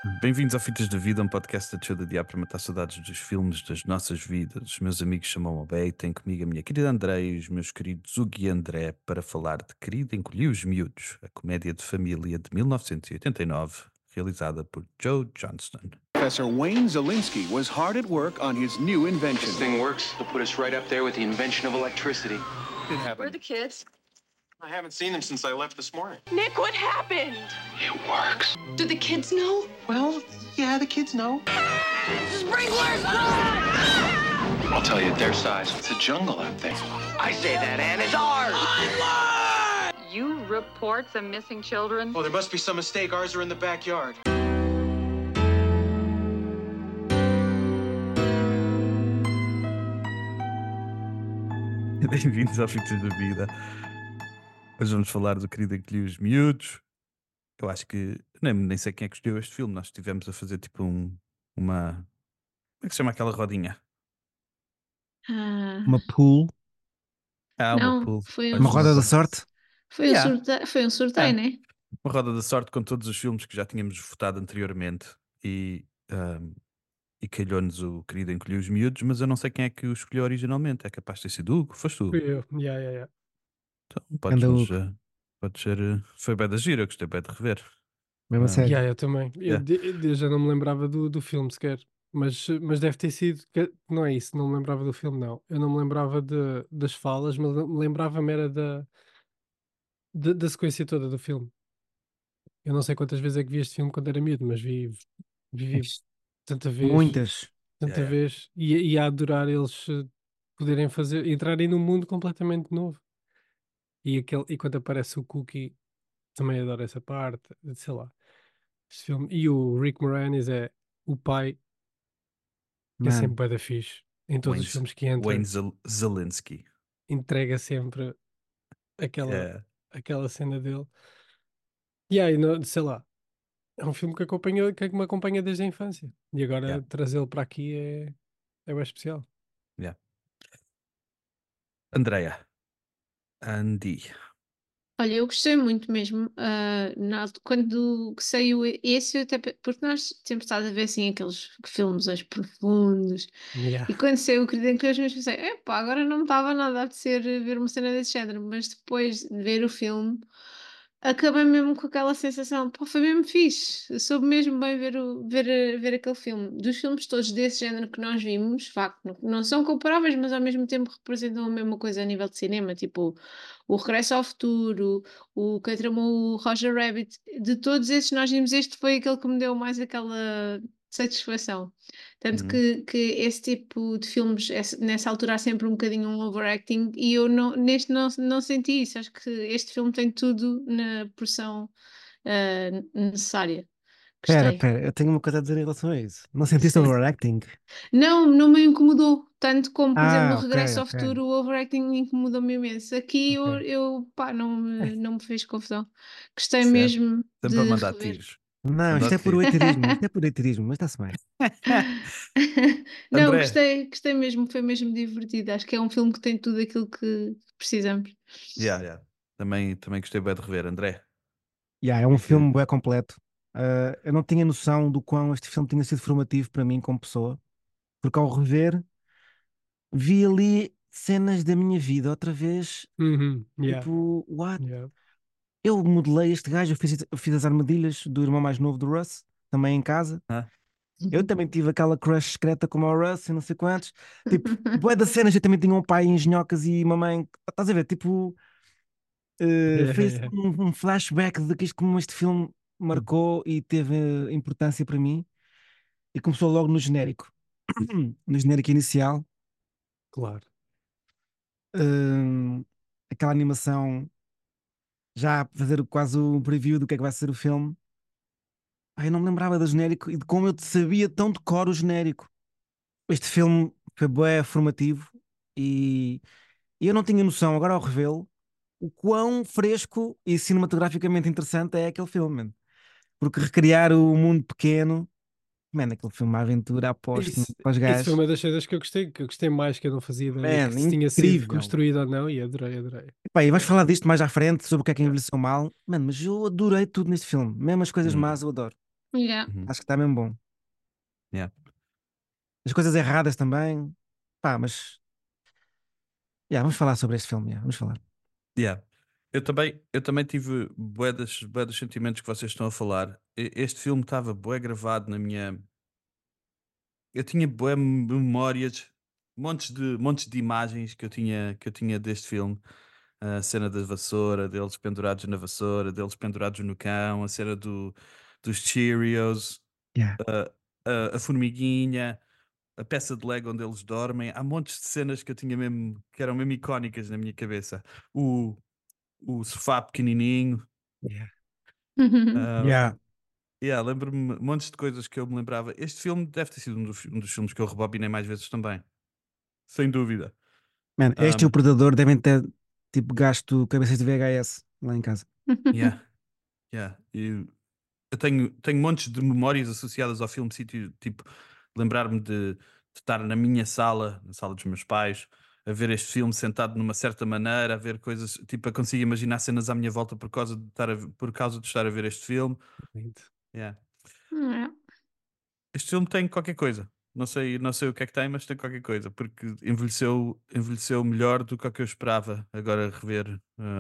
Bem-vindos ao Fitas da Vida, um podcast da Tio da Diabo para matar saudades dos filmes das nossas vidas. Os meus amigos chamam-me bem, tenho comigo a minha querida André e os meus queridos Hugo e André para falar de Querido Encolhi os Miúdos, a comédia de família de 1989, realizada por Joe Johnston. Professor Wayne Zelinsky was hard at work on his new invention. This thing works. It'll put us right up there with the invention of electricity. It Where are happened. the kids? I haven't seen them since I left this morning. Nick, what happened? It works. Do the kids know? Well, yeah, the kids know. Sprinklers! I'll tell you, their size. It's a jungle out there. I say that and it's ours. You report some missing children? Oh, there must be some mistake. Ours are in the backyard. Bem-vindos ao Fitas da Vida. Hoje vamos falar do Querido Encolhi os Miúdos. Eu acho que nem sei quem é que escolheu este filme. Nós estivemos a fazer tipo uma. Como é que se chama aquela rodinha? Uma pool, Uma Não, pool. foi Olha, uma roda da uma- sorte. Foi Yeah. foi um sorteio, Ah. né? Uma roda da sorte com todos os filmes que já tínhamos votado anteriormente e calhou-nos o Querido Encolhi os Miúdos, mas eu não sei quem é que o escolheu originalmente. É capaz de ter sido o Hugo, foste tu. Fui eu, yeah. Então, Anda, pode ser. Foi bem da gira, eu gostei bem de rever. Mesmo a sério. Yeah, eu também. Yeah. Eu já não me lembrava do filme sequer. Mas deve ter sido. Não é isso, não me lembrava do filme, não. Eu não me lembrava das falas, mas lembrava-me era da sequência toda do filme. Eu não sei quantas vezes é que vi este filme quando era miúdo, mas vi tanta vez. Muitas. Tanta Yeah. vez. E a adorar eles poderem entrarem num mundo completamente novo. E quando aparece o Cookie, também adoro essa parte, sei lá. Este filme. E o Rick Moranis é o pai, que é Mano, sempre bué da fixe. Em todos os filmes que entra, Wayne Zelinsky. entrega sempre Yeah. aquela cena dele. E aí, sei lá, é um filme que me acompanha desde a infância. E agora Yeah. trazê-lo para aqui é bem especial. Yeah. Andrea. Andy. Olha, eu gostei muito mesmo. Quando saiu esse, porque nós temos estado a ver assim aqueles filmes mais profundos. Yeah. E quando saiu o Querido Encolhi os Miúdos, pensei, epá, agora não me estava nada a apetecer ver uma cena desse género. Mas depois de ver o filme, acabei mesmo com aquela sensação, pá, foi mesmo fixe. Eu soube mesmo bem ver aquele filme. Dos filmes todos desse género que nós vimos, facto, não são comparáveis, mas ao mesmo tempo representam a mesma coisa a nível de cinema, tipo o Regresso ao Futuro, o Quem Tramou o Roger Rabbit. De todos esses nós vimos, este foi aquele que me deu mais aquela satisfação. Tanto Uhum. que esse tipo de filmes, nessa altura há sempre um bocadinho um overacting e eu neste não senti isso. Acho que este filme tem tudo na porção necessária. Gostei. pera, eu tenho uma coisa a dizer em relação a isso. Não sentiste Sim. overacting? Não me incomodou. Tanto como, por exemplo, no ok, Regresso ao ok. Futuro, o overacting incomodou-me imenso. Aqui Ok. pá, não me fez confusão. Gostei Certo. mesmo Sempre a de mandar rever. tiros. Não, isto é por haterismo, isto é por haterismo, mas está-se bem. Não, André. gostei mesmo, foi mesmo divertido. Acho que é um filme que tem tudo aquilo que precisamos. Yeah. Também gostei bem de rever. André. Yeah, é um É que- filme bem completo. Eu não tinha noção do quão este filme tinha sido formativo para mim como pessoa, porque ao rever vi ali cenas da minha vida outra vez, Uhum, yeah, tipo, what? yeah. Eu modelei este gajo, eu fiz as armadilhas do irmão mais novo do Russ, também em casa. Ah. Eu também tive aquela crush secreta como o Russ e não sei quantos. Tipo, bué das cenas, eu também tinha um pai em engenhocas e uma mãe. Estás a ver? Tipo, foi assim Yeah. um flashback de que como este filme marcou e teve importância para mim. E começou logo no genérico. No genérico inicial. Claro. Aquela animação já a fazer quase um preview do que é que vai ser o filme. Eu não me lembrava do genérico e de como eu sabia tão de cor o genérico. Este filme foi bué formativo e eu não tinha noção, agora ao revê-lo, o quão fresco e cinematograficamente interessante é aquele filme, man. Porque recriar o mundo pequeno, man, aquele filme, uma aventura após Isso para os foi gajos, uma das coisas que eu gostei mais, que eu não fazia ideia man, que se tinha sido incrível. construído ou não, e adorei. Epá, e vais falar disto mais à frente, sobre o que é que envelheceu mal, man, mas eu adorei tudo neste filme, mesmo as coisas más eu adoro. Yeah. Uhum. Acho que está mesmo bom. Yeah. As coisas erradas também. Pá, mas. Yeah, vamos falar sobre este filme. Yeah, vamos falar. Yeah. Eu também tive bué dos sentimentos que vocês estão a falar. Este filme estava bué gravado na minha. Eu tinha bué memórias, montes de imagens que eu tinha deste filme. A cena da vassoura, deles pendurados na vassoura, deles pendurados no cão, a cena dos Cheerios, Yeah. a formiguinha, a peça de Lego onde eles dormem. Há montes de cenas que eu tinha mesmo, que eram mesmo icónicas na minha cabeça. O, o sofá pequenininho. Yeah. ah, Yeah. yeah, lembro-me montes de coisas que eu me lembrava. Este filme deve ter sido um dos filmes que eu rebobinei mais vezes também. Sem dúvida. Man, este e o Um, Predador devem ter tipo gasto cabeças de VHS lá em casa. yeah, yeah. Eu tenho montes de memórias associadas ao filme sítio, tipo, lembrar-me de estar na minha sala, na sala dos meus pais, a ver este filme sentado numa certa maneira, a ver coisas, tipo, eu consigo imaginar cenas à minha volta por causa de estar a ver este filme. Yeah. Yeah. Este filme tem qualquer coisa. Não sei o que é que tem, mas tem qualquer coisa, porque envelheceu melhor do que o que eu esperava agora rever.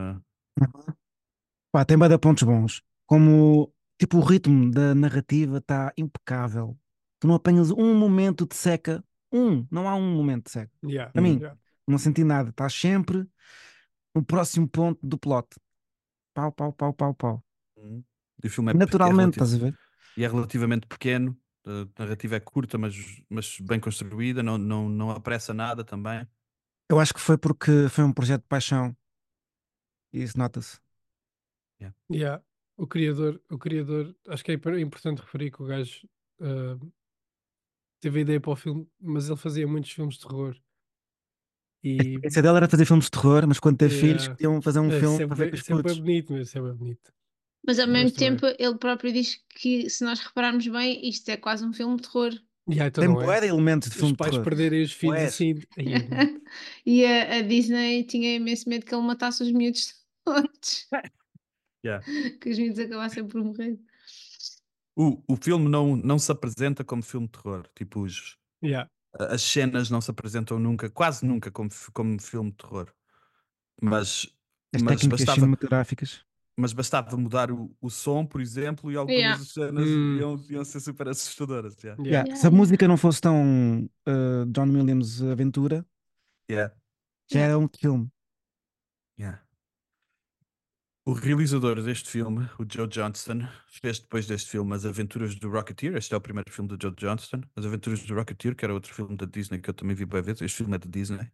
Pá, tem bué de pontos bons. Como, tipo, o ritmo da narrativa está impecável. Tu não apanhas um momento de seca. Não há um momento de seca. Yeah, Para mim, yeah. não senti nada. Estás sempre no próximo ponto do plot. Pau, pau, pau, pau, pau. Uhum. E o filme Naturalmente, estás a ver? é relativamente pequeno, a narrativa é curta, mas bem construída, não apressa nada também. Eu acho que foi porque foi um projeto de paixão. E isso nota-se. Yeah. Yeah. O criador, acho que é importante referir que o gajo ah, teve a ideia para o filme, mas ele fazia muitos filmes de terror. A E experiência dela era fazer filmes de terror, mas quando teve filhos, yeah, queriam fazer um filme para ver com os isso é bem putos. bonito, mas isso é bem bonito. Mas ao mesmo Gosto bem. tempo, ele próprio diz que, se nós repararmos bem, isto é quase um filme de terror. Yeah, então Tem não é? bué de elementos de Os filme de pais terror. perderem os filhos Pois. assim. Aí, não. E a Disney tinha imenso medo que ele matasse os miúdos todos, Yeah. que os miúdos acabassem por morrer. O filme não se apresenta como filme de terror. Tipo, Yeah. as cenas não se apresentam nunca, quase nunca, como filme de terror. Mas, As mas técnicas bastava, cinematográficas. mas bastava mudar o som, por exemplo, e algumas Yeah. das cenas Hum. iam ser super assustadoras. Yeah. Yeah. Yeah. Se a música não fosse tão John Williams aventura, Yeah. já Yeah. era um filme. Yeah. O realizador deste filme, o Joe Johnston, fez depois deste filme As Aventuras do Rocketeer. Este é o primeiro filme do Joe Johnston. As Aventuras do Rocketeer, que era outro filme da Disney que eu também vi bem vezes. Este filme é da Disney.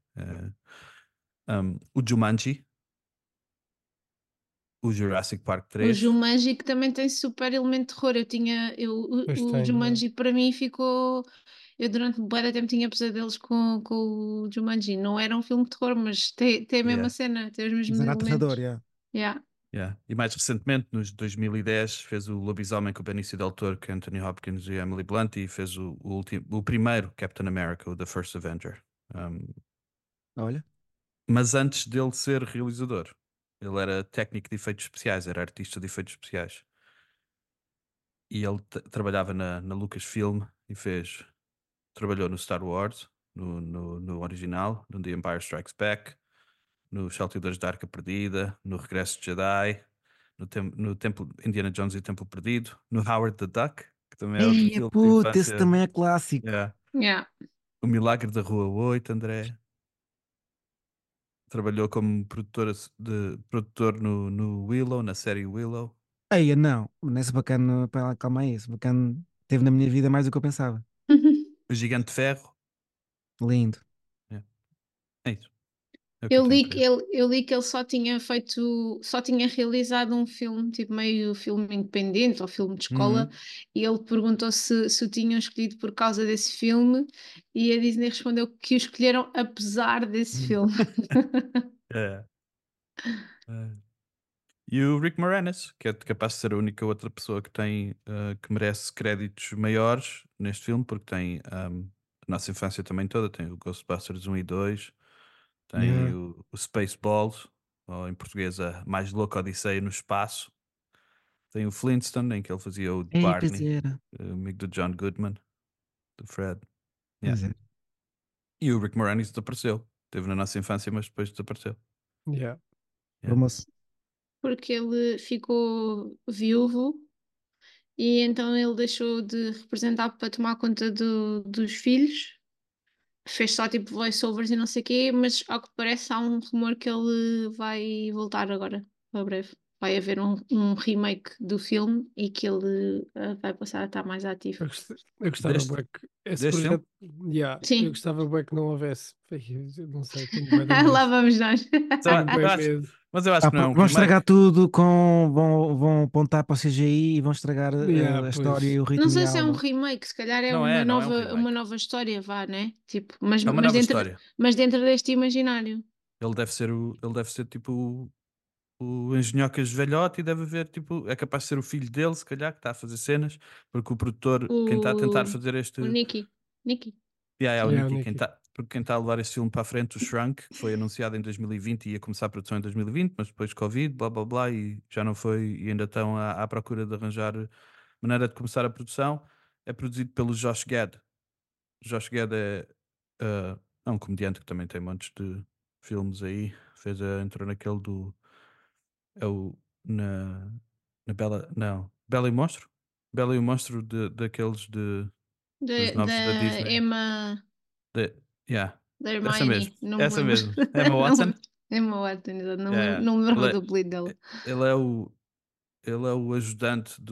O Jumanji, o Jurassic Park O 3. Jumanji que também tem super elemento de terror. Pois O tem, Jumanji para mim ficou. Eu durante bué de tempo tinha pesadelos com o Jumanji. Não era um filme de terror, mas tem a mesma Yeah. cena, tem os Mas mesmos era elementos. aterrador, yeah. Yeah. Yeah. E mais recentemente, nos 2010, fez o Lobisomem com o Benicio Del Toro, com Anthony Hopkins e Emily Blunt, e fez o primeiro Captain America, o The First Avenger. Olha. Mas antes dele ser realizador, ele era técnico de efeitos especiais, era artista de efeitos especiais. E ele trabalhava na Lucasfilm e trabalhou no Star Wars, no original, no The Empire Strikes Back, no Salteadores da Arca Perdida, no Regresso de Jedi, no Templo Indiana Jones e o Templo Perdido, no Howard the Duck, que também é outro Ei, filme de puta, esse infância. também é clássico. Yeah. Yeah. O Milagre da Rua 8, André. Trabalhou como produtor no Willow, na série Willow. Ei, não, nesse bacana, pá, calma aí, esse bacana teve na minha vida mais do que eu pensava. O Gigante de Ferro. Lindo. Yeah. É isso. É o que eu tenho para dizer. Eu li que ele só tinha realizado um filme, tipo meio filme independente ou filme de escola, e ele perguntou se o tinham escolhido por causa desse filme, e a Disney respondeu que o escolheram apesar desse filme. É. É. E o Rick Moranis, que é capaz de ser a única outra pessoa que merece créditos maiores neste filme, porque tem a nossa infância também toda, tem o Ghostbusters 1 e 2, tem Yeah. o Spaceballs, ou em português a Mais Louca Odisseia no Espaço, Tem o Flintstone, em que ele fazia o Ei, pois Barney, era. amigo do John Goodman, do Fred. Pois Yeah. é. E o Rick Moranis desapareceu. Teve na nossa infância, mas depois desapareceu. Yeah. Yeah. Famoso. Porque ele ficou viúvo e então ele deixou de representar para tomar conta dos filhos. Fez só tipo voiceovers e não sei o quê, mas ao que parece há um rumor que ele vai voltar agora, a breve. Vai haver um remake do filme e que ele vai passar a estar mais ativo. Eu gostava Deste- bué que esse deste projeto. Yeah, Sim. eu gostava bué que não houvesse. Eu não sei, tenho bué de medo. Lá vamos nós. Só- Tenho eu bué acho- medo. mas eu acho que não é um Vão estragar remake. tudo vão apontar para o CGI e vão estragar Yeah, a pois. história e o ritmo Não sei e a se é um alma. remake, se calhar é Não uma é, não é um nova, remake. uma nova história, vá, né? Tipo, mas, É uma mas nova dentro, história. mas dentro deste imaginário. Ele deve ser tipo o engenhocas velhote e deve haver tipo, é capaz de ser o filho dele, se calhar, que está a fazer cenas, porque o produtor, quem está a tentar fazer O este. Nicky. Nicky. Yeah, o Yeah, o Nicky, Nicky. porque quem está a levar esse filme para a frente, o Shrunk, que foi anunciado em 2020 e ia começar a produção em 2020, mas depois Covid, blá blá blá, e já não foi, e ainda estão à procura de arranjar maneira de começar a produção. É produzido pelo Josh Gad. Josh Gad é um comediante que também tem montes de filmes aí. Entrou naquele do. É o. Na, na Bela. Não. Bela e o Monstro? Bela e o Monstro daqueles dos Da novos da Disney. Emma. De, yeah. Da Essa mesmo. Hermione. Não me Essa lembro. mesmo. Emma Não Watson? Emma Watson, exato. Não, Yeah, yeah. não me lembrava Ele do é, apelido dela. ele é o. Ele é o ajudante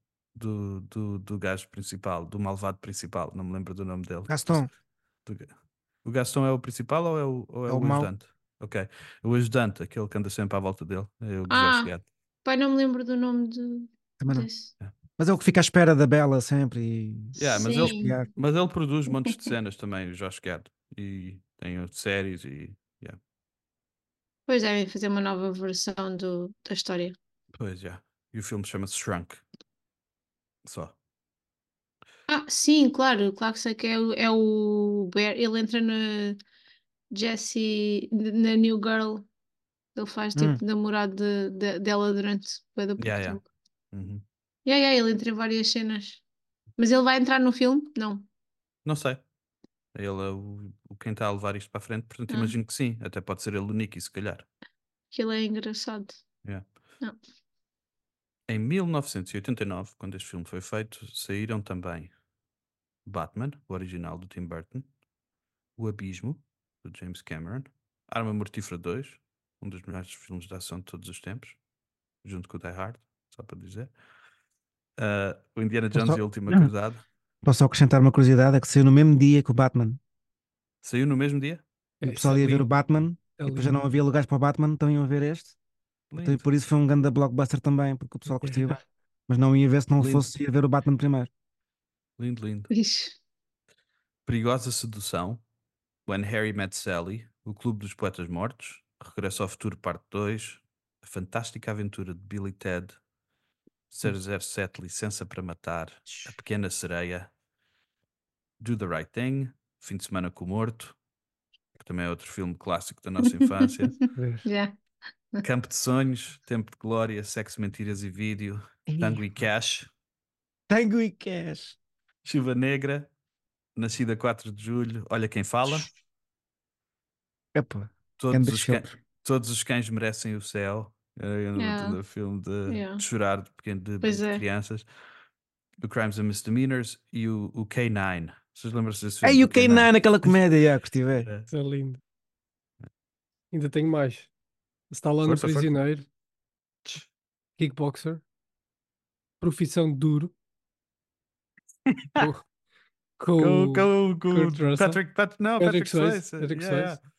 do gajo principal, do malvado principal. Não me lembro do nome dele. Gaston, Do- O Gastão é o principal ou é é o o mau. ajudante? Ok. O ajudante, aquele que anda sempre à volta dele, é o de Josh Ah, Gad. pai, não me lembro do nome Também não. desse. Yeah. Mas é o que fica à espera da Bela sempre Yeah, e Sim. espiar. mas ele produz montes de cenas também, o Josh Gad. E tem séries e. Yeah. Pois devem fazer uma nova versão da história. Pois, já. E o filme chama-se Shrunk. Só. Ah, sim, claro, claro que sei que é o Bear. Ele entra na Jessie, na New Girl. Ele faz tipo namorado dela durante bué da pouco Yeah, yeah. tempo. Uhum. Yeah, ele entra em várias cenas. Mas ele vai entrar no filme? Não. Não sei. Ele é quem está a levar isto para a frente, portanto Ah, imagino que sim. Até pode ser ele o Nicky, se calhar. que ele é engraçado. Yeah. Não. Em 1989, quando este filme foi feito, saíram também Batman, o original do Tim Burton, O Abismo, do James Cameron, Arma Mortífera 2, um dos melhores filmes de ação de todos os tempos, junto com o Die Hard, só para dizer. O Indiana Jones e a Última Cruzada. Posso só acrescentar uma curiosidade: é que saiu no mesmo dia que o Batman. Saiu no mesmo dia? O Isso pessoal é ia ver o lindo. Batman É e depois já lindo. não havia lugares para o Batman, então iam ver este. Então, e Lindo, por isso foi um grande blockbuster também, porque o pessoal curtia bem. Mas não ia ver se não lindo, fosse ir ver o Batman primeiro. lindo, lindo. Ixi. Perigosa Sedução, When Harry Met Sally, O Clube dos Poetas Mortos, Regresso ao Futuro Parte 2, A Fantástica Aventura de Billy Ted, 007 Licença para Matar, A Pequena Sereia, Do the Right Thing, Fim de Semana com o Morto, que também é outro filme clássico da nossa infância, Já. Campo de Sonhos, Tempo de Glória, Sexo, Mentiras e Vídeo, Tango e Cash, Tango e Cash. Chuva Negra, Nascida 4 de Julho, Olha Quem Fala, Epá, Todos grandes os, cã- filmes. todos os Cães Merecem o Céu, Yeah. um filme Yeah. de chorar Pois de é. crianças, o Crimes and Misdemeanors e o K9. Vocês lembram-se desse filme? Ei, Do o K9 naquela comédia, já, curti bem. É. Isso é lindo. Ainda tenho mais. Stallone Força, força. Prisioneiro, Kickboxer, Profissão Duro, com, com o Kurt Russell, Patrick Swayze. Patrick Yeah, Swayze.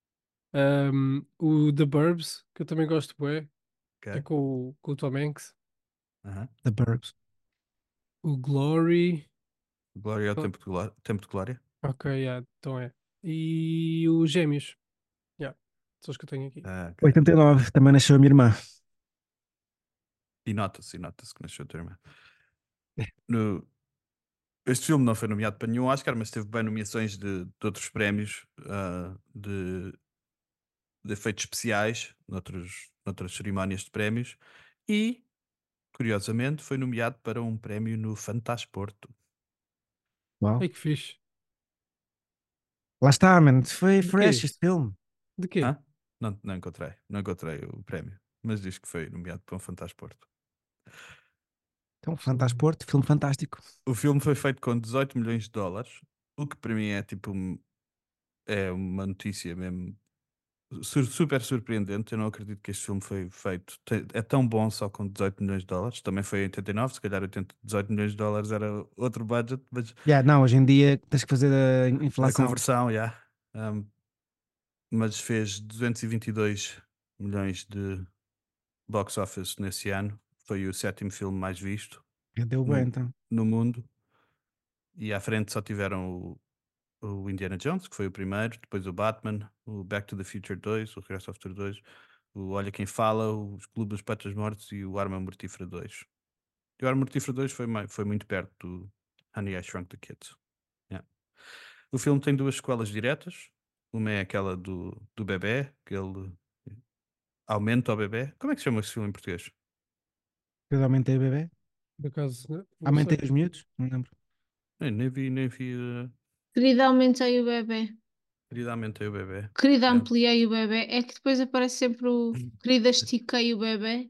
O The Burbs, que eu também gosto bué, que é yeah. com o Tom Hanks. Aham. The Burbs. O Glory, Glória ao Oh. Tempo de Glória. ok, yeah, então é. E os Gêmeos, yeah, são os que eu tenho aqui. Ok. 89, também nasceu a minha irmã. E nota-se que nasceu a tua irmã. Este filme não foi nomeado para nenhum Oscar, mas teve bem nomeações de outros prémios de efeitos especiais, noutras cerimónias de prémios. E curiosamente, foi nomeado para um prémio no Fantasporto. Uau. Ai que fixe. Lá está, mano. Foi De fresh quê? este filme. De quê? Hã? Não encontrei. Não encontrei o prémio. Mas diz que foi nomeado para um Fantasporto. Então, Fantasporto, filme fantástico. O filme foi feito com 18 milhões de dólares, o que para mim é tipo é uma notícia mesmo super surpreendente. Eu não acredito que este filme foi feito. É tão bom só com 18 milhões de dólares. Também foi em 89, se calhar 18 milhões de dólares era outro budget, mas Yeah, não, hoje em dia tens que fazer a a inflação. conversão, já. Mas fez 222 milhões de box office nesse ano. Foi o sétimo filme mais visto Deu bem, no, então. no mundo. E à frente só tiveram o Indiana Jones, que foi o primeiro, depois o Batman, o Back to the Future 2, o Regresso ao Futuro 2, o Olha Quem Fala, os Clube dos Patas Mortos e o Arma Mortífera 2. E o Arma Mortífera 2 foi muito perto do Honey, I Shrunk the Kids. Yeah. O filme tem duas sequelas diretas. Uma é aquela do bebê, que ele aumenta o bebê. Como é que se chama esse filme em português? Eu aumentei o bebê. Por acaso, não Aumentei sei. os miúdos. Não lembro. Nem vi. Querida, aumentei o bebê. Querida, aumentei o bebê. Querida, Yeah. ampliei o bebê. É que depois aparece sempre o querida, estiquei o bebê.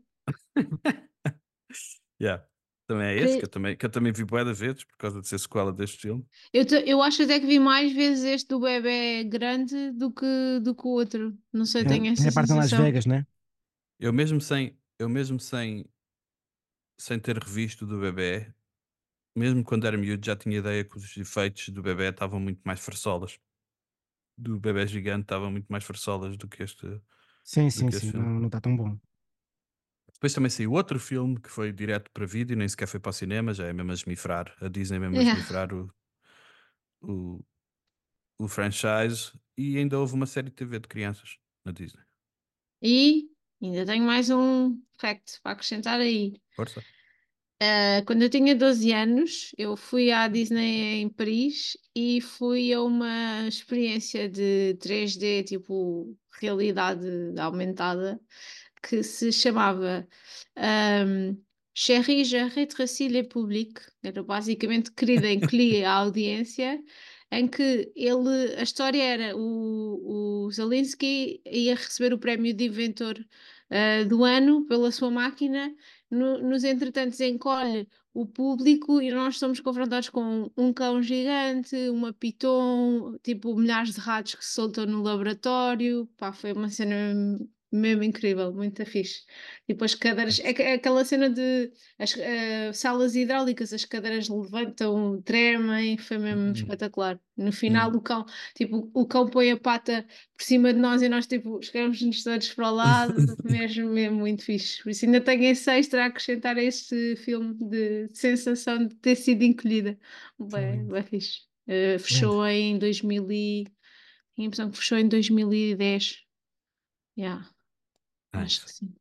Yeah. Também é esse, que eu também vi bué de vezes por causa de ser sequela deste filme. Eu acho até que vi mais vezes este do bebê grande do que o outro. Não sei, tenho Tem essa a parte em Las sensação. Vegas, né? Eu mesmo sem ter revisto do bebê, mesmo quando era miúdo, já tinha ideia que os efeitos do bebê estavam muito mais farsolas. Do bebê gigante estavam muito mais farsolas do que este Sim, do sim, que este sim. filme. Não está tão bom. Depois também saiu outro filme que foi direto para vídeo, nem sequer foi para o cinema, já é mesmo a esmifrar, a Disney mesmo a Yeah. esmifrar o, o franchise, e ainda houve uma série de TV de crianças na Disney. E ainda tenho mais um fact para acrescentar aí. Força. Quando eu tinha 12 anos, eu fui à Disney em Paris e fui a uma experiência de 3D, tipo realidade aumentada, que se chamava Chérie, je rétrécis le public. Era basicamente querida, encolhi a audiência, em que a história era o Zelensky ia receber o prémio de inventor do ano pela sua máquina. Nos entretantos encolhe o público e nós somos confrontados com um cão gigante, uma piton, tipo milhares de ratos que se soltam no laboratório. Pá, foi uma cena mesmo incrível, muito fixe. Tipo, as cadeiras, é aquela cena de as salas hidráulicas, as cadeiras levantam, tremem, foi mesmo espetacular. No final, o cão põe a pata por cima de nós e nós, tipo, chegamos-nos todos para o lado, mesmo muito fixe. Por isso, ainda tenho esse extra a acrescentar a este filme de sensação de ter sido encolhida. Bem fixe. Fechou em 2000 e... Tinha a impressão que fechou em 2010. Yeah, acho Nice. que sim.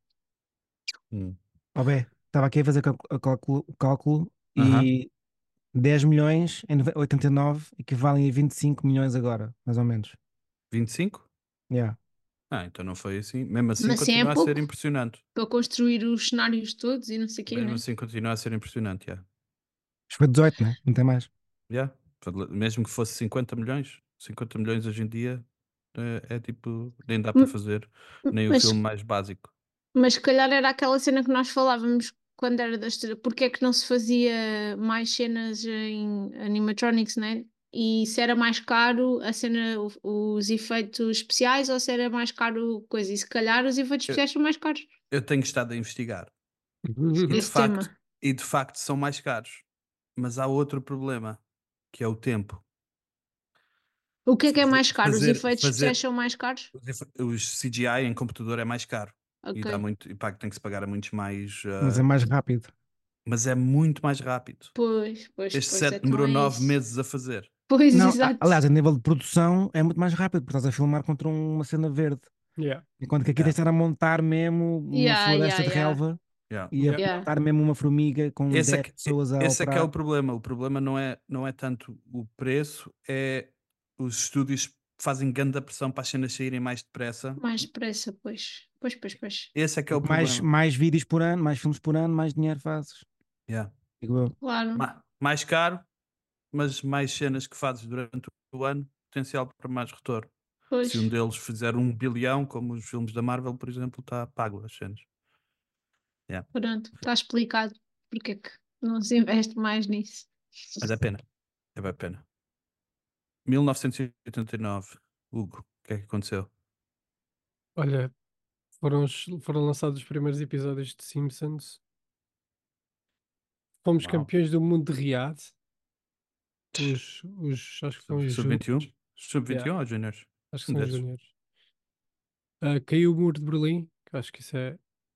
Ó bem, estava aqui a fazer o cálculo Aham. e 10 milhões em 89 equivalem a 25 milhões agora, mais ou menos. 25? Yeah. Então não foi assim. Mesmo assim Mas assim é continua a ser pouco impressionante. para construir os cenários todos e não sei o quê, Mesmo né? assim continua a ser impressionante, yeah. Acho que foi 18, né? Não tem mais. Yeah. Mesmo que fosse 50 milhões hoje em dia é tipo, nem dá para M- fazer nem o Mas, filme mais básico. mas se calhar era aquela cena que nós falávamos quando era da história, porque é que não se fazia mais cenas em animatronics, né? E se era mais caro a cena, os efeitos especiais ou se era mais caro coisa. E se calhar os efeitos Eu, especiais são mais caros. eu tenho estado a investigar Esse tema. e de facto são mais caros. Mas há outro problema, que é o tempo. O que é mais caro? Os Fazer, efeitos especiais fazer são mais caros? os CGI em computador é mais caro. E Ok. dá muito, tem que se pagar a muitos mais. Mas é mais rápido. Mas é muito mais rápido. Pois, Este é set que não demorou é 9 isso. meses a fazer. Pois, Não, exato. aliás, a nível de produção é muito mais rápido, porque estás a filmar contra uma cena verde. Yeah. Enquanto que aqui tens de estar a montar mesmo uma floresta de relva Yeah. e a Yeah. montar mesmo uma formiga com Esse 10 pessoas a esse é que é operar. o problema. O problema não é tanto o preço, é os estúdios fazem grande pressão para as cenas saírem mais depressa. Mais depressa, pois. Pois. Esse é que é o Mais, problema. mais vídeos por ano, mais filmes por ano, mais dinheiro fazes. Yeah. Digo eu. Claro. Mais caro, mas mais cenas que fazes durante o ano, potencial para mais retorno. Pois. Se um deles fizer 1 bilhão, como os filmes da Marvel, por exemplo, está pago as cenas. Yeah. Pronto, está explicado porque é que não se investe mais nisso. Mas é pena. É bem pena. 1989. Hugo, o que é que aconteceu? Olha, foram lançados os primeiros episódios de Simpsons. Fomos Uau. campeões do mundo de Riad. Acho que são os Sub-21? júniores. Sub-21 ou júniores? Acho que Um são os desses. júniores. Caiu o muro de Berlim, que eu acho que isso é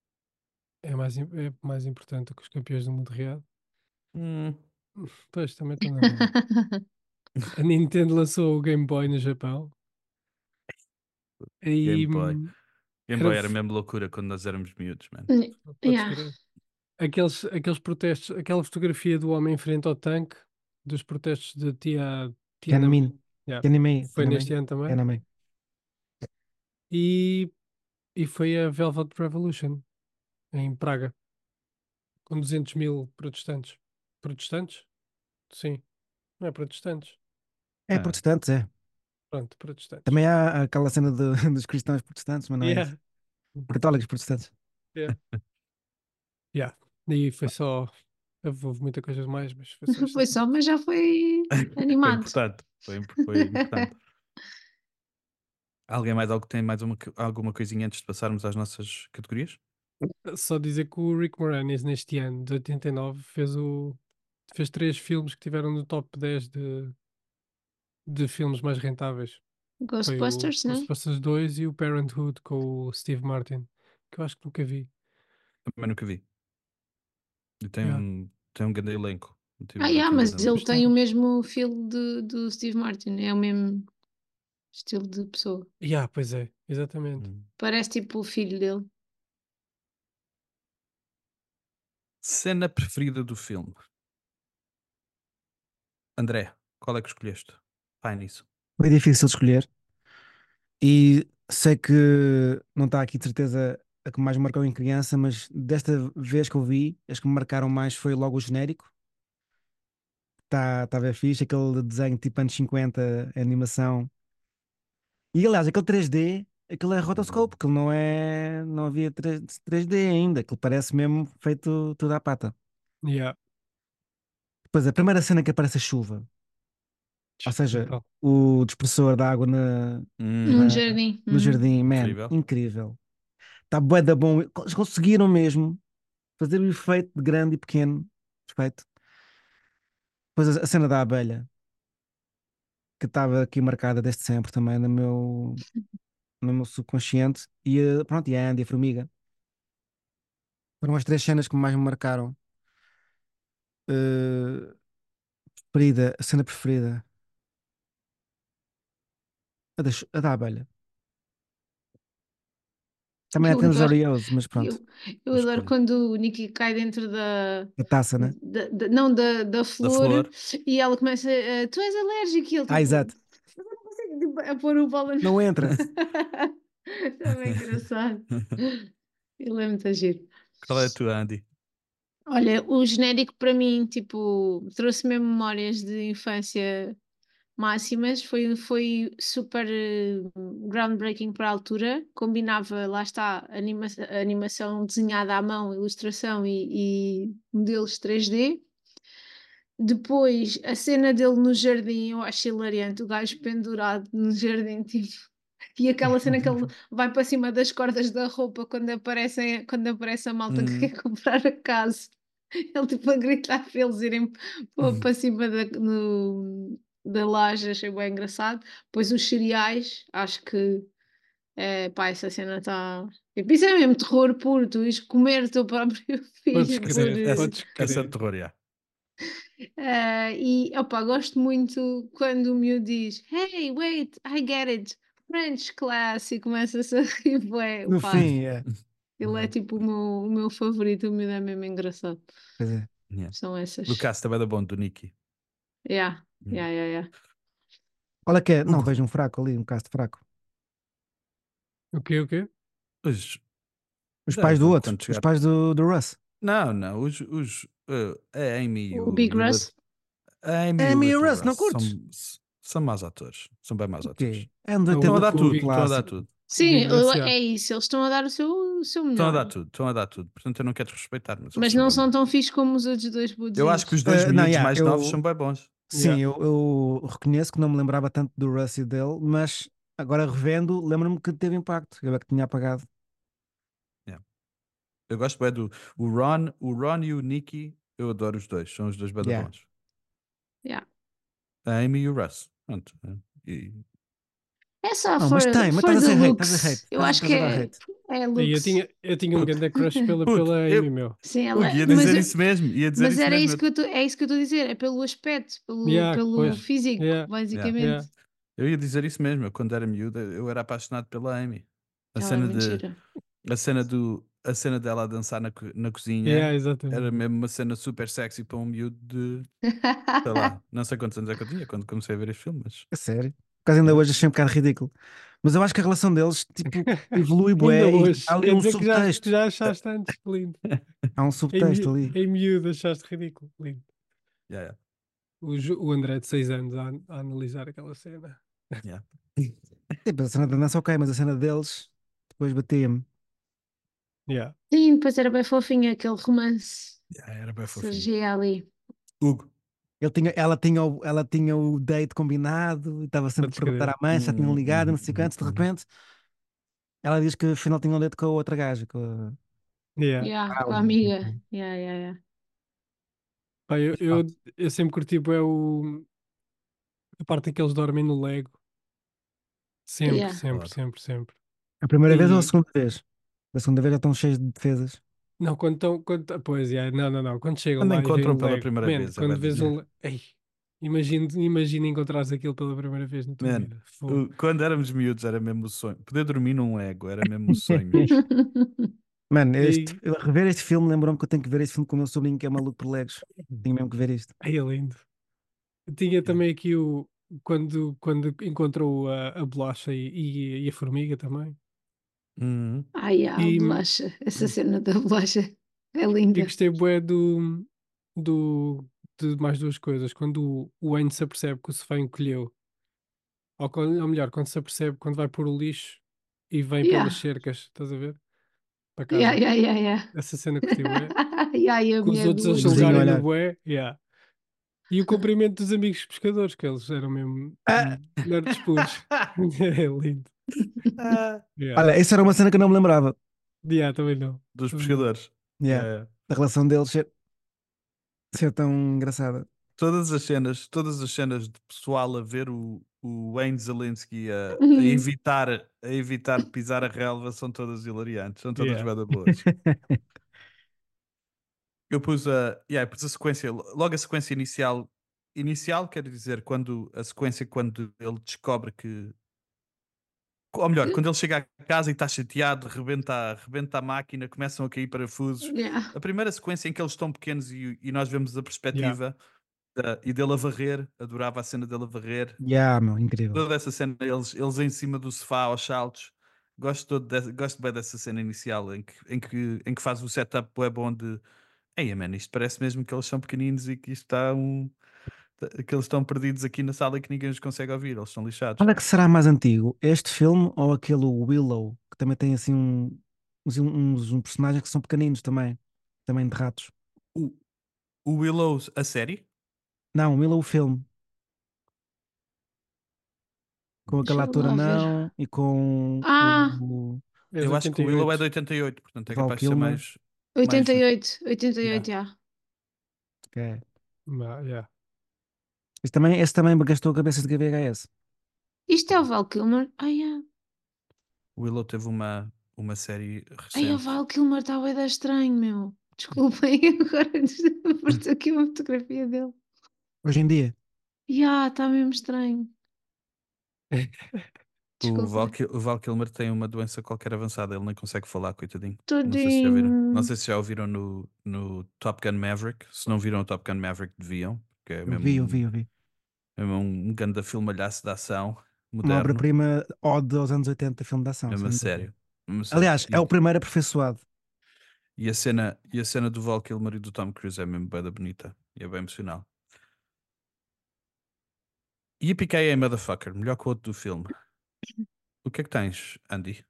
mais importante do que os campeões do mundo de Riad. Pois, também estou na dúvida. A Nintendo lançou o Game Boy no Japão. E Game Boy. Game era Boy o era f- mesmo loucura quando nós éramos miúdos, mano. podes Yeah. crer. Aqueles protestos, aquela fotografia do homem em frente ao tanque, dos protestos de Tiananmen. Yeah, Tiananmen. foi neste Tiananmen. ano também. Tiananmen. E foi a Velvet Revolution em Praga, com 200 mil protestantes. Protestantes? Sim, não é protestantes. É Ah. protestantes, é. Pronto, protestantes. Também há aquela cena dos cristãos protestantes, mas não é Yeah, isso. Católicos protestantes. yeah. Yeah. E foi só. Houve muita coisa mais, mas foi só Foi isto. só, mas já foi Foi animado. importante. Foi importante. Alguém mais algo tem mais alguma coisinha antes de passarmos às nossas categorias? Só dizer que o Rick Moranis neste ano, de 89, fez 3 filmes que tiveram no top 10 de filmes mais rentáveis. Foi o Ghostbusters, né? Ghostbusters 2 e o Parenthood com o Steve Martin, que eu acho que nunca vi. Também nunca vi. E Yeah. tem um grande elenco. Mas Tive ele tem o mesmo feel do Steve Martin, é o mesmo estilo de pessoa. Yeah, pois é, exatamente. Parece tipo o filho dele. Cena preferida do filme. André, qual é que escolheste? Pai nisso. Foi difícil de escolher. E sei que não está aqui de certeza a que mais me marcou em criança, mas desta vez que eu vi, as que me marcaram mais foi logo o genérico. Está bem fixe, aquele desenho tipo anos 50, animação. E aliás, aquele 3D, aquele é rotoscope, que não havia 3D ainda, aquilo parece mesmo feito tudo à pata. Yeah. Depois a primeira cena que aparece a chuva, ou seja, Brutal. o dispersor da água Num jardim. no jardim, man, Incrível. incrível. Está bué da bom. Eles conseguiram mesmo fazer o efeito de grande e pequeno. Perfeito. Depois a cena da abelha, que estava aqui marcada desde sempre também no meu subconsciente. E pronto, e a Andy, a formiga. Foram as 3 cenas que mais me marcaram. Eh, a cena preferida. A da abelha. Também Eu tem os adoro, Oreos, mas pronto. eu adoro escolha. quando o Nicky cai dentro A taça, né? não, da flor, flor. e ela começa tu és alérgico e ele tipo, Exato. eu não consigo tipo, a pôr o bola Não entra. Também é engraçado. Ele é muito giro. Qual é a tua, Andy? Olha, o genérico para mim, tipo, trouxe-me memórias de infância máximas, foi super groundbreaking para a altura, combinava, lá está, animação desenhada à mão, ilustração e modelos 3D. Depois, a cena dele no jardim, eu acho hilariante, o gajo pendurado no jardim, tipo, e aquela cena que ele vai para cima das cordas da roupa quando aparece a malta que quer comprar a casa. Ele tipo a gritar para eles irem para cima da laje, achei bem engraçado. Depois os cereais, acho que pá, essa cena está. Isso é mesmo terror puro, tu ires comer o teu próprio Podes filho por. crer, podes Essa é crer. de terror, já. E opa, gosto muito quando o miúdo diz Hey, wait, I get it, French class, e começa-se a rir, bué, No pá, fim, é. ele é tipo o meu favorito, o miúdo é mesmo engraçado. Pois é. Yeah. São essas. Lucas também é da bom, do Nicky. Yeah. Qual é que é? Não, Hugo. vejo um fraco ali, um cast fraco. O quê? O quê? Os, Os já, pais do outro, quando os chegar. pais do Russ. Não, a Amy e O o Big Russ? a Amy e o Amy e o Little Russ, não Russ curtes? são maus atores. São bem maus O atores. quê? É um de O- Estão a 80 dar o tudo, Big- estão a dar clássico. tudo. Sim, Big Russ, yeah. é isso. Eles estão a dar o seu Estão a dar melhor. tudo, estão a dar tudo. Portanto, eu não quero respeitar, mas eles Mas são não bem são bons. tão fixos como os outros dois Eu acho que os dois Não, miúdos yeah, mais novos são bem bons. sim, Yeah. eu reconheço que não me lembrava tanto do Russ e dele, mas agora revendo, lembro-me que teve impacto. Eu é que tinha apagado. Yeah. Eu gosto bem do o Ron e o Nicky. Eu adoro os dois, são os dois bem Yeah. bons. Yeah. A Amy e o Russ. Pronto. E, É só Não, for, mas tem, mas for estás a the ser hate, looks. estás a hate, Eu estás acho que a dar hate. é E eu looks. tinha um grande crush pela Puto, Amy, meu. Sim, Hugo, ela, ia mas, dizer isso mesmo. Ia dizer mas isso era mesmo. isso que é isso que eu estou a dizer. É pelo aspecto, Yeah, pelo pois. físico, Yeah, basicamente. yeah. Eu ia dizer isso mesmo. Eu, quando era miúdo, eu era apaixonado pela Amy. A Ela é cena muito de gira. a cena dela a dançar na cozinha Yeah, era exatamente. mesmo uma cena super sexy para um miúdo de, sei lá, não sei quantos anos é que eu tinha quando comecei a ver este filme, mas É sério. Por causa ainda Yeah. hoje achei um bocado ridículo. Mas eu acho que a relação deles, tipo, evolui Ainda bué e hoje. há ali Quer um dizer que subtexto. já achaste antes, lindo. Há um subtexto ali. Em miúdo achaste ridículo, lindo. Yeah, O André de 6 anos a analisar aquela cena. yeah. Tipo, a cena da dança ok, mas a cena deles depois batia-me. Yeah. Sim, depois era bem fofinho aquele romance. Era bem fofinho. Surgia ali. Hugo. Ela tinha o date combinado e estava sempre a Podes perguntar crer. à mãe se já tinham ligado, não sei o que Uhum. antes, de repente ela diz que afinal tinha um date com a outra gaja, com a Yeah. Yeah, com a Alan. amiga. Yeah. Pá, eu sempre curti bué a parte em que eles dormem no Lego. Sempre, Yeah. sempre, Claro. sempre, sempre. A primeira vez ou a E segunda vez? A segunda vez já estão cheios de defesas. não, pois, yeah, não. Quando chegam Quando lá e veem encontram o pela Lego, primeira man, vez, é quando bué vês divertido. Ei, imagina encontrares aquilo pela primeira vez na tua Man, vida. Fogo. quando éramos miúdos era mesmo o sonho. Poder dormir num Lego era mesmo o sonho. Mano, E rever este filme lembrou-me que eu tenho que ver este filme com o meu sobrinho que é maluco por Legos. Tenho mesmo que ver isto. aí é lindo. Tinha também aqui quando encontrou a bolacha e a formiga também. Uhum. Ai, a E, bolacha. Essa cena da bolacha é e linda. gostei bué de mais duas coisas. Quando o Wayne se apercebe que o sofá encolheu, ou melhor, quando se apercebe, quando vai pôr o lixo e vem Yeah. pelas cercas, estás a ver? Para Yeah, casa. yeah. Essa cena curti bué. Yeah, e a Com os mulher outros a do O vizinho a julgarem no olhar. bué. Yeah. E o cumprimento dos amigos pescadores, que eles eram mesmo Ah! nerds puros. É lindo. Yeah. Olha, essa era uma cena que eu não me lembrava. Yeah, também não. Dos Também não. pescadores. Yeah. Yeah. A relação deles ser tão engraçada. Todas as cenas de pessoal a ver o Wayne Zelensky a evitar pisar a relva são todas hilariantes, são todas Yeah. bem boas. Eu pus a sequência, logo a sequência inicial quer dizer quando ele descobre que, ou melhor, quando ele chega a casa e está chateado, rebenta a máquina, começam a cair parafusos. Yeah. A primeira sequência em que eles estão pequenos e nós vemos a Yeah. perspectiva e dele a varrer, adorava a cena dele a varrer. Yeah, meu, incrível. Toda essa cena, eles em cima do sofá aos saltos. Gosto bem dessa cena inicial em que faz o setup bué bom de ei, man, isto parece mesmo que eles são pequeninos e que isto que eles estão perdidos aqui na sala e que ninguém os consegue ouvir, eles são lixados. Qual é que será mais antigo? Este filme ou aquele Willow, que também tem assim uns personagens que são pequeninos também de ratos. O, o Willow, a série? Não, o Willow o filme, com aquele Deixa eu ator lá ver. não e com Ah, o É de Eu acho que o Willow é de 88. 88, portanto é Val capaz de ser Kilmer. mais 88, Yeah. já. que é- Yeah. Esse também gastou cabeças de VHS. Isto é o Val Kilmer. O Willow teve uma série Ai, o recente. Val Kilmer está bué da estranho, meu. Desculpem, agora apareceu aqui uma fotografia dele. Hoje em dia. Está mesmo estranho. O Val, Desculpa. o Val Kilmer tem uma doença qualquer avançada, ele nem consegue falar, coitadinho. Não sei se já Todinho. viram. Não sei se já ouviram no Top Gun Maverick. Se não viram o Top Gun Maverick, deviam. Que é Eu mesmo vi. É um grande filmalhaço de ação Uma moderno, obra-prima ode aos anos 80 filme de ação. mesmo a sem dúvida. sério. Mesmo a sério. Aliás, é o primeiro aperfeiçoado. E a cena do Val Kilmer e do Tom Cruise é mesmo bem bonita e é bem emocional. Yippee Motherfucker, melhor quote do filme. O que é que tens, Andy?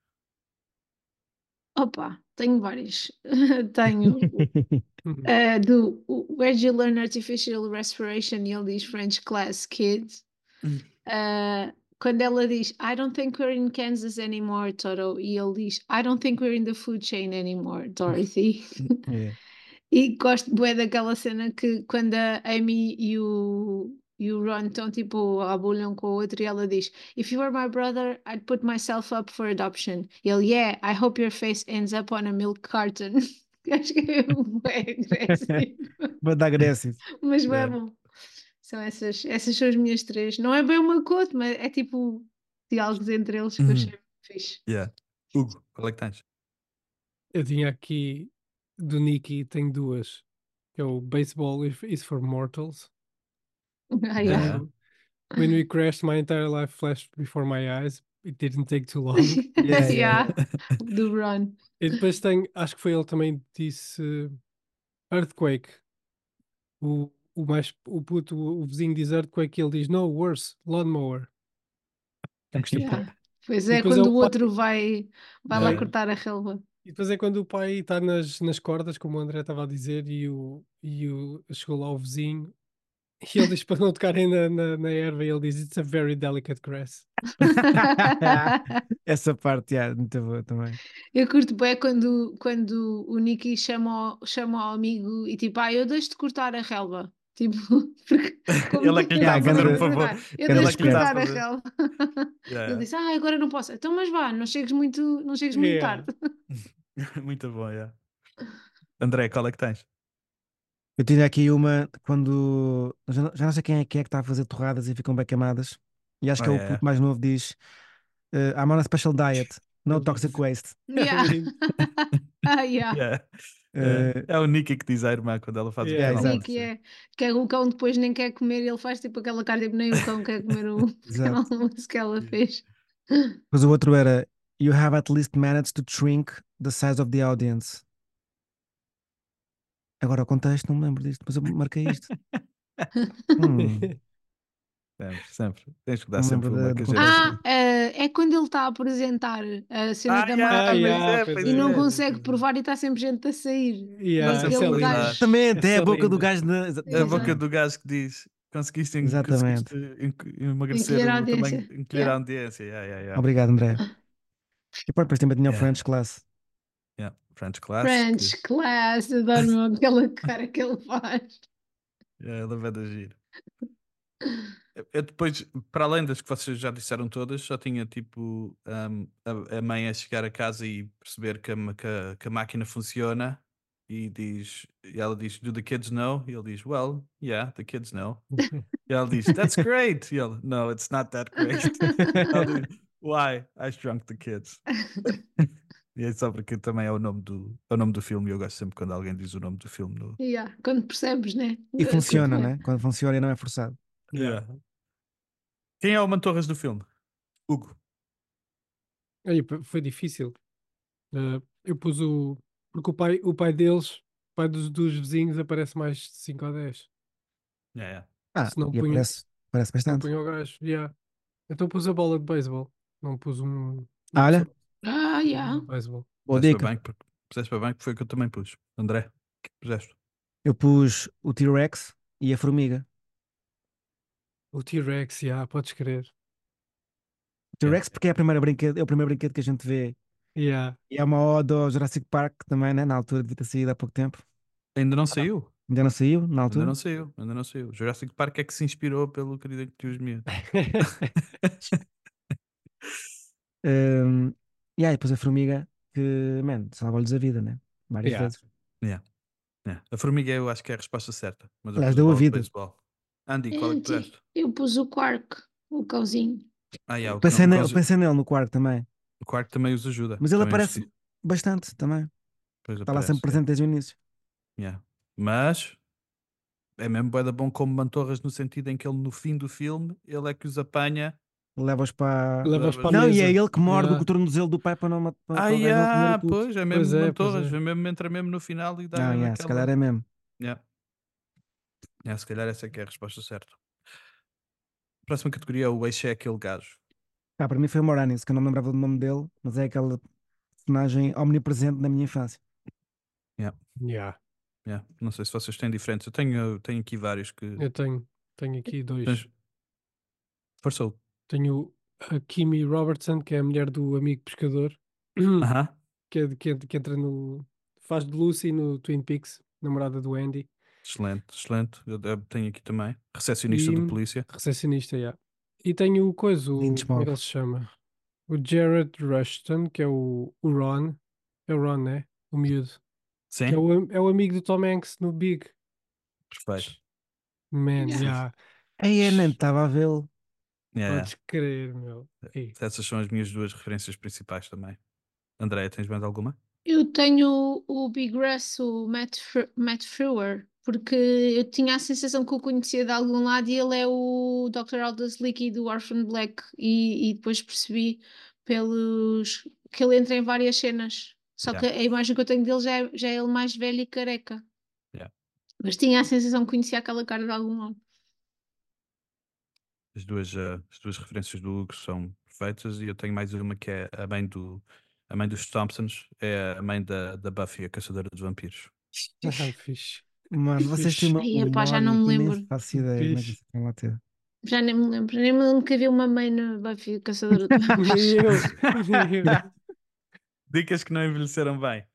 Opa, tenho vários. Tenho Uhum. Where'd you learn artificial respiration? E ele diz French class, kid. Quando ela diz I don't think we're in Kansas anymore, Toto. E ele diz I don't think we're in the food chain anymore, Dorothy. É. E gosto bué daquela cena que quando a Amy e o Ron estão tipo a bolham com o outro e ela diz If you were my brother, I'd put myself up for adoption. E ele, yeah, I hope your face ends up on a milk carton. Acho que é bué agressivo, Mas dá agressivo. mas bué É. bom. São essas são as minhas três. Não é bem uma quote, mas é tipo diálogos entre eles que eu achei fixe. Yeah. Hugo, qual é que tens? Eu tinha aqui do Nicky, tenho duas. Que é o Baseball is for Mortals. Ah, yeah. Yeah. When we crashed, my entire life flashed before my eyes. It didn't take too long. Yeah, Yeah, do Ron. E depois tem, acho que foi ele também que disse Earthquake. O vizinho diz Earthquake e ele diz No, worse, Lawnmower. Yeah. Pois E é, depois é quando o o pai. outro vai lá Yeah. cortar a relva. E depois é quando o pai está nas cordas, como o André estava a dizer, chegou lá o vizinho e ele diz para não tocarem na erva e ele diz It's a very delicate grass. Essa parte, yeah, muito boa também. Eu curto bem quando o Nicky chama ao amigo e tipo, eu deixo-te cortar a relva. Tipo, porque como Ele é que lhe está Yeah, a fazer um grande- favor. eu grande Ele é deixo que lhe está a cortar a fazer. relva. Yeah. Ele disse, agora não posso. Então, mas vá, não chegues muito Yeah. tarde. Muito bom, yeah. André, qual é que tens? Eu tinha aqui uma quando. Já não sei quem é que está a fazer torradas e ficam bem queimadas. E acho que é o yeah. puto mais novo diz: I'm on a special diet, no Ele toxic diz- waste. Yeah. Yeah. Yeah. Uh, É o Nicky que diz à irmã quando ela faz Yeah, o exato. pequeno Nicky almoço. que o cão depois nem quer comer e ele faz tipo aquela cara, tipo, nem o cão quer comer o pequeno Exato. almoço que ela fez. Depois o outro era: You have at least managed to shrink the size of the audience. Agora o contexto, não me lembro disto, mas eu marquei isto. Sempre. Tens que dar Não me sempre lembro uma do que a contexto. gente. É quando ele está a apresentar as cenas da yeah, Marvel yeah, pois pois e não é. consegue provar e está sempre gente a sair. Yeah, Mas isso é aquele lindo. gajo. Exatamente, é a Essa boca do linda. gajo. A Exato. boca do gajo que diz: Exatamente. conseguiste emagrecer Encolher a também, audiência. encolher a Yeah. audiência. Yeah. Obrigado, André. E pronto, depois também tinha o Yeah. French Class. Yeah. French Class. French class, adoro mesmo aquela cara que ele faz. Ela vai dar giro. Eu depois, para além das que vocês já disseram todas, só tinha tipo a mãe a chegar a casa e perceber que a máquina funciona e ela diz, Do the kids know? E ele diz, Well, yeah, the kids know. E ela diz, That's great. E ele, No, it's not that great. Ela diz, Why? I shrunk the kids. E é só porque também é o nome do filme e eu gosto sempre quando alguém diz o nome do filme. Yeah, quando percebes, né? E funciona, Tipo, né? Quando funciona e não é forçado. Yeah. Quem é o Mantorras do filme? Hugo. Aí, foi difícil. Eu pus porque o pai deles, o pai dos vizinhos, aparece mais de 5 ou 10. Yeah. Se não E punha, parece não bastante. punha o gajo. Yeah. Então pus a bola de beisebol. Não pus uma Olha. pessoa yeah. de beisebol. Boa Puseste dica. para bem, que foi o que eu também pus. André, o que puseste? Eu pus o T-Rex e a formiga. O T-Rex, podes crer. O T-Rex porque é o primeiro brinquedo que a gente vê. Yeah. E é uma ode ao Jurassic Park também, né? Na altura devia ter saído há pouco tempo. Ainda não saiu. Ainda não saiu, na altura? Ainda não saiu. Jurassic Park é que se inspirou pelo querido que os miúdos. E aí, depois a formiga que, man, salva-lhes a vida, né? Várias Yeah. vezes. Yeah. A formiga eu acho que é a resposta certa. Mas eu Aliás, pus a deu a bola de vida. beisebol. Andy, qual é que puseste? Eu pus o Quark, o cãozinho. Yeah, Eu pensei nele no quarto também. o quarto também os ajuda. Mas ele Também aparece os- bastante também. Pois Está lá aparece, sempre presente desde o início. yeah. Mas é mesmo bué da bom como mantorras no sentido em que ele no fim do filme, ele é que os apanha. Leva-os para. Leva-os para a Não, e é mesa. ele que morde Yeah. o tornozelo do pai para, não, para o gajo não comer tudo. Pois, é Pois mesmo é, mantorras, pois é. entra mesmo no final e dá Não, mesmo yeah, se calhar aquela... é mesmo. Yeah. Yeah, se calhar essa é que é a resposta certa. Próxima categoria, o eixo é aquele gajo. Pá, para mim foi o Moranis, que eu não me lembrava do nome dele, mas é aquele personagem omnipresente na minha infância. Yeah. Yeah. Yeah. Não sei se vocês têm diferentes. Eu tenho aqui vários que... Eu tenho aqui dois. Tens... Força. Tenho a Kimi Robertson, que é a mulher do amigo pescador, Aham. que entra no. Faz de Lucy no Twin Peaks, namorada do Andy. Excelente, excelente. Eu tenho aqui também. Recepcionista E do polícia. recepcionista, yeah. E tenho o coisa, Lindos como é que Mob. ele se chama? O Jared Rushton, que é o Ron. É o Ron, né? O miúdo. Sim, Que é o amigo do Tom Hanks no Big. perfeito. Man, yeah. Aí eu nem estava a vê-lo. Yeah. Podes crer, meu. Ei. Essas são as minhas duas referências principais também. Andréia, tens mais alguma? Eu tenho o Big Russ, o Matt Frewer, porque eu tinha a sensação que o conhecia de algum lado e ele é o Dr. Aldous Leakey do Orphan Black e depois percebi pelos que ele entra em várias cenas. Só que Yeah. a imagem que eu tenho dele já é ele mais velho e careca. Yeah. Mas tinha a sensação que conhecia aquela cara de algum lado. As duas referências do Hugo são perfeitas e eu tenho mais uma que é a mãe dos Thompsons, é a mãe da Buffy, a caçadora de vampiros. Ah, fixe. Mano, vocês têm Fixe. uma Ai, epá, já memória não me que nem lembro. faço ideia como é que Fixe. isso tem lá ter. Já nem me lembro. Nem me lembro que havia uma mãe na Buffy, caçadora de Nem vampiros. eu. Nem eu. Dicas que não envelheceram bem.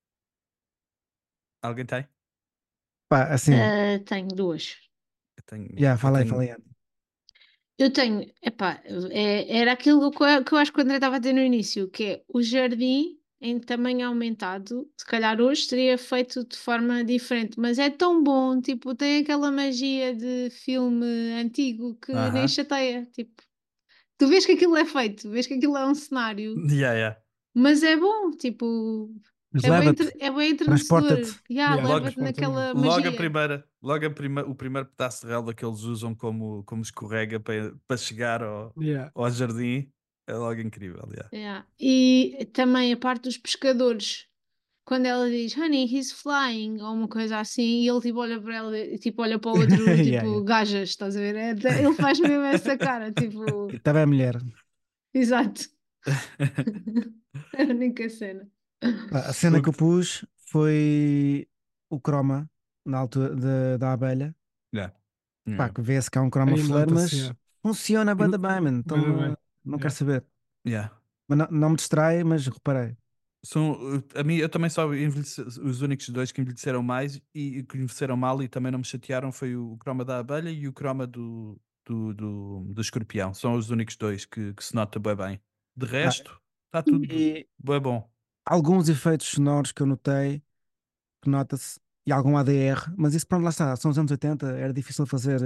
Alguém tem? Pá, assim, Tenho duas. já Eu falei, tenho- falei antes. Eu tenho, epá, era aquilo que eu acho que o André estava a dizer no início, que é o jardim em tamanho aumentado, se calhar hoje seria feito de forma diferente, mas é tão bom, tipo, tem aquela magia de filme antigo que nem Aham. chateia, tipo, tu vês que aquilo é feito, vês que aquilo é um cenário, Yeah, yeah. mas é bom, tipo, Mas é bem, leva-te, é bem entrenecedor, transporta-te. Yeah, leva-te transporta naquela Logo magia. o primeiro pedaço de relva que eles usam como escorrega para chegar Yeah. ao jardim é logo incrível. Yeah. Yeah. E também a parte dos pescadores, quando ela diz Honey, he's flying, ou uma coisa assim, e ele tipo olha para ela e tipo olha para o outro, Yeah, tipo, yeah. gajas, estás a ver? Ele faz mesmo essa cara, tipo, E estava a mulher. exato. É a única cena. Pá, a cena que eu pus foi o croma na altura da abelha. Yeah. Pá, Yeah. que vê-se que há um croma Aí flare, nota-se, mas yeah. funciona bem, bem, mano. Então, Bué da bem. não Yeah. quero saber. Yeah. Mas não me distrai, mas reparei. A mim, eu também só os únicos dois que envelheceram mais e que envelheceram mal e também não me chatearam foi o croma da abelha e o croma do escorpião. São os únicos dois que se nota bem bem. De resto, está tudo E bem bom. alguns efeitos sonoros que eu notei, que nota-se, e algum ADR, mas isso pronto, lá está, são os anos 80, era difícil fazer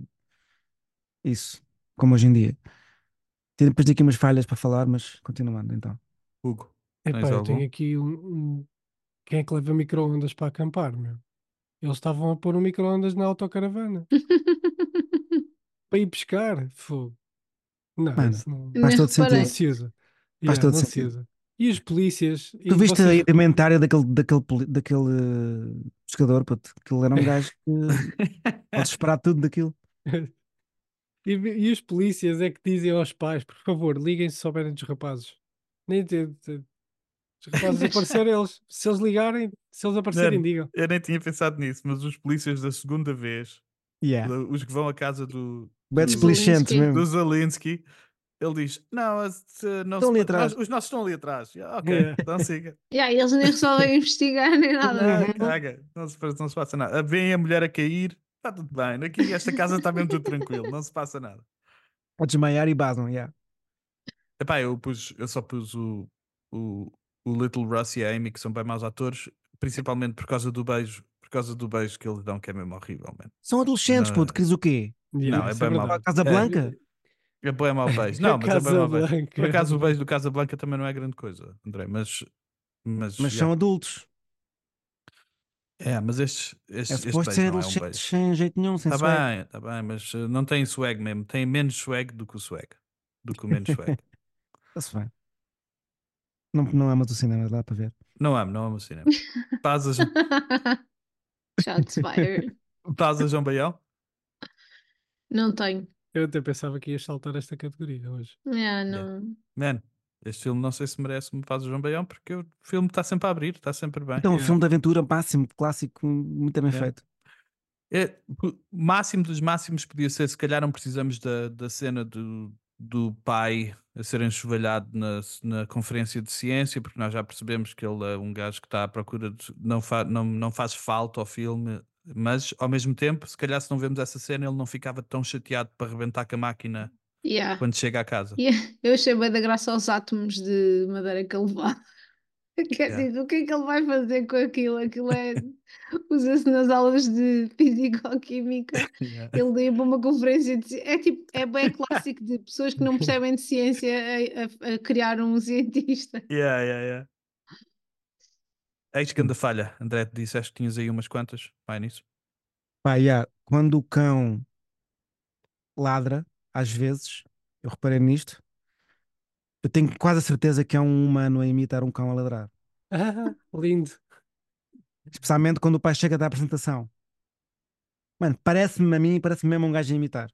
isso, como hoje em dia. Tem depois daqui umas falhas para falar, mas continuando então. Hugo, tens Epá, eu algum? tenho aqui Quem é que leva micro-ondas para acampar, meu? Eles estavam a pôr um micro-ondas na autocaravana para ir pescar. Fogo. Não, Mano, isso não, faz Nem todo não reparei. sentido. se usa. Faz Yeah, todo não se sentido. usa. E os polícias? Tu E viste a vocês... indumentária daquele pescador, puto, aquele era um gajo que pode esperar tudo daquilo. E os polícias é que dizem aos pais, por favor, liguem se souberem dos rapazes. Nem os rapazes aparecerem, se eles ligarem, se eles aparecerem, Mano, digam. eu nem tinha pensado nisso, mas os polícias da segunda vez, Yeah. os que vão à casa Bem desplicentes Zelensky. mesmo. do Zelensky, ele diz: Não, não Estão se ali pa- atrás. os nossos estão ali atrás. Yeah, ok, Yeah. então siga. Yeah, eles nem resolvem investigar nem nada. Não, caga, não se passa nada. Vem a mulher a cair, está tudo bem. Aqui esta casa está mesmo tudo tranquilo, não se passa nada. Pode desmaiar e basam, yeah. Epá, eu só pus o, o Little Russ e a Amy, que são bem maus atores, principalmente por causa do beijo que eles dão, que é mesmo horrível, man. São adolescentes, Não, puto, queres o quê? Yeah, não, é isso bem verdade. mau. Casa Blanca? É bem mau beijo. Não, mas é bem mau beijo. Casablanca. Por acaso o beijo do Casablanca também não é grande coisa, André, mas Mas yeah. são adultos. Mas É este suposto beijo ser não é um adolescentes beijo. sem jeito nenhum, sem swag. Está bem, mas não tem swag mesmo. Tem menos swag do que o swag. Do que o menos swag. Está-se bem. Não, não amas o cinema, dá para ver. Não amo o cinema. Pazas, Shots fired. pazas João Baião? Não tenho. Eu até pensava que ias saltar esta categoria hoje. Yeah, Yeah. não. Man, este filme não sei se merece um Pazas João Baião, porque o filme está sempre a abrir, está sempre bem. Então, um Yeah. filme de aventura máximo, clássico, muito bem Yeah. feito. O máximo dos máximos podia ser, se calhar não precisamos da cena do pai a ser enxovalhado na conferência de ciência, porque nós já percebemos que ele é um gajo que está à procura de. Não faz falta ao filme, mas ao mesmo tempo, se calhar se não vemos essa cena, ele não ficava tão chateado para arrebentar com a máquina Yeah. quando chega à casa. Yeah. Eu achei bem da graça aos átomos de madeira que ele levava. Quer Yeah. dizer, o que é que ele vai fazer com aquilo? Aquilo usa-se nas aulas de físico-química. Yeah. Ele deu para uma conferência de é tipo, é bem clássico de pessoas que não percebem de ciência a criar um cientista. Yeah. Eis que anda falha. André, disseste que tinhas aí umas quantas. Vai nisso. Pá, yeah, quando o cão ladra, às vezes, eu reparei nisto, eu tenho quase a certeza que é um humano a imitar um cão a ladrar. Lindo. Especialmente quando o pai chega da apresentação. Mano, parece-me a mim, parece-me mesmo um gajo a imitar.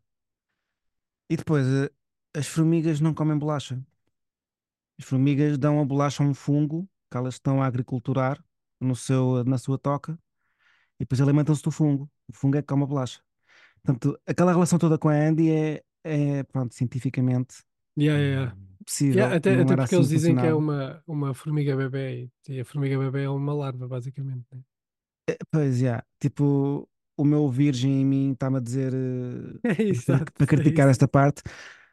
E depois, as formigas não comem bolacha. As formigas dão a bolacha a um fungo que elas estão a agriculturar na sua toca e depois alimentam-se do fungo. O fungo é que come a bolacha. Portanto, aquela relação toda com a Andy pronto, cientificamente Yeah. possível. Até Não era porque assim eles que dizem que é funcionava. uma formiga bebê e a formiga bebê é uma larva, basicamente. Né? Pois, tipo, o meu virgem em mim está-me a dizer Exato, para é criticar isso. esta parte,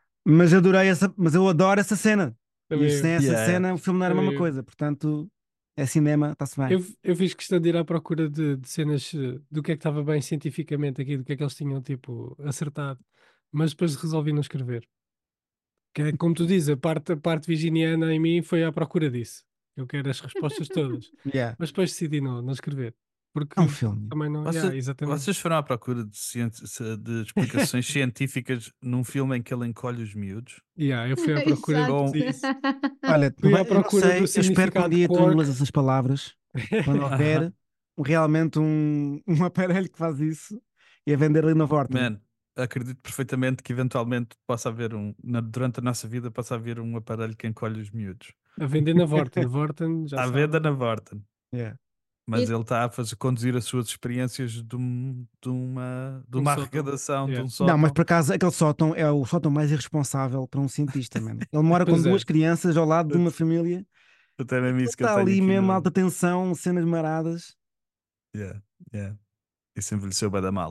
mas eu adoro essa cena. Também E eu. sem essa Yeah. cena o filme não era a Também mesma eu. coisa. Portanto, é cinema, está-se bem. Eu fiz questão de ir à procura de cenas do que é que estava bem cientificamente aqui, do que é que eles tinham tipo acertado, mas depois resolvi não escrever. Que é como tu dizes, a parte virginiana em mim foi à procura disso. Eu quero as respostas todas, Yeah. mas depois decidi não escrever, porque É um filme. também não. Exatamente. Vocês foram à procura de explicações científicas num filme em que ele encolhe os miúdos? Eu fui à procura Exato. disso. Olha, Fui à eu não procura do sei, eu espero que um significado de dia tu quark. engolas essas palavras quando houver realmente um aparelho que faz isso e a vender ali na Vorten. Man, acredito perfeitamente que eventualmente possa haver durante a nossa vida possa haver um aparelho que encolhe os miúdos. A vender na Vorten. Vorten, já À sabe. venda na Vorten. Yeah. Mas E- ele está a conduzir as suas experiências de uma sótão. arrecadação, de Yeah. um sótão. Não, mas por acaso aquele sótão é o sótão mais irresponsável para um cientista, mano. Ele mora com Pois é. duas crianças ao lado de uma família. Até mesmo Ele isso que eu está tenho ali aqui mesmo, no- alta tensão, cenas maradas. Yeah. Isso envelheceu bem da mal.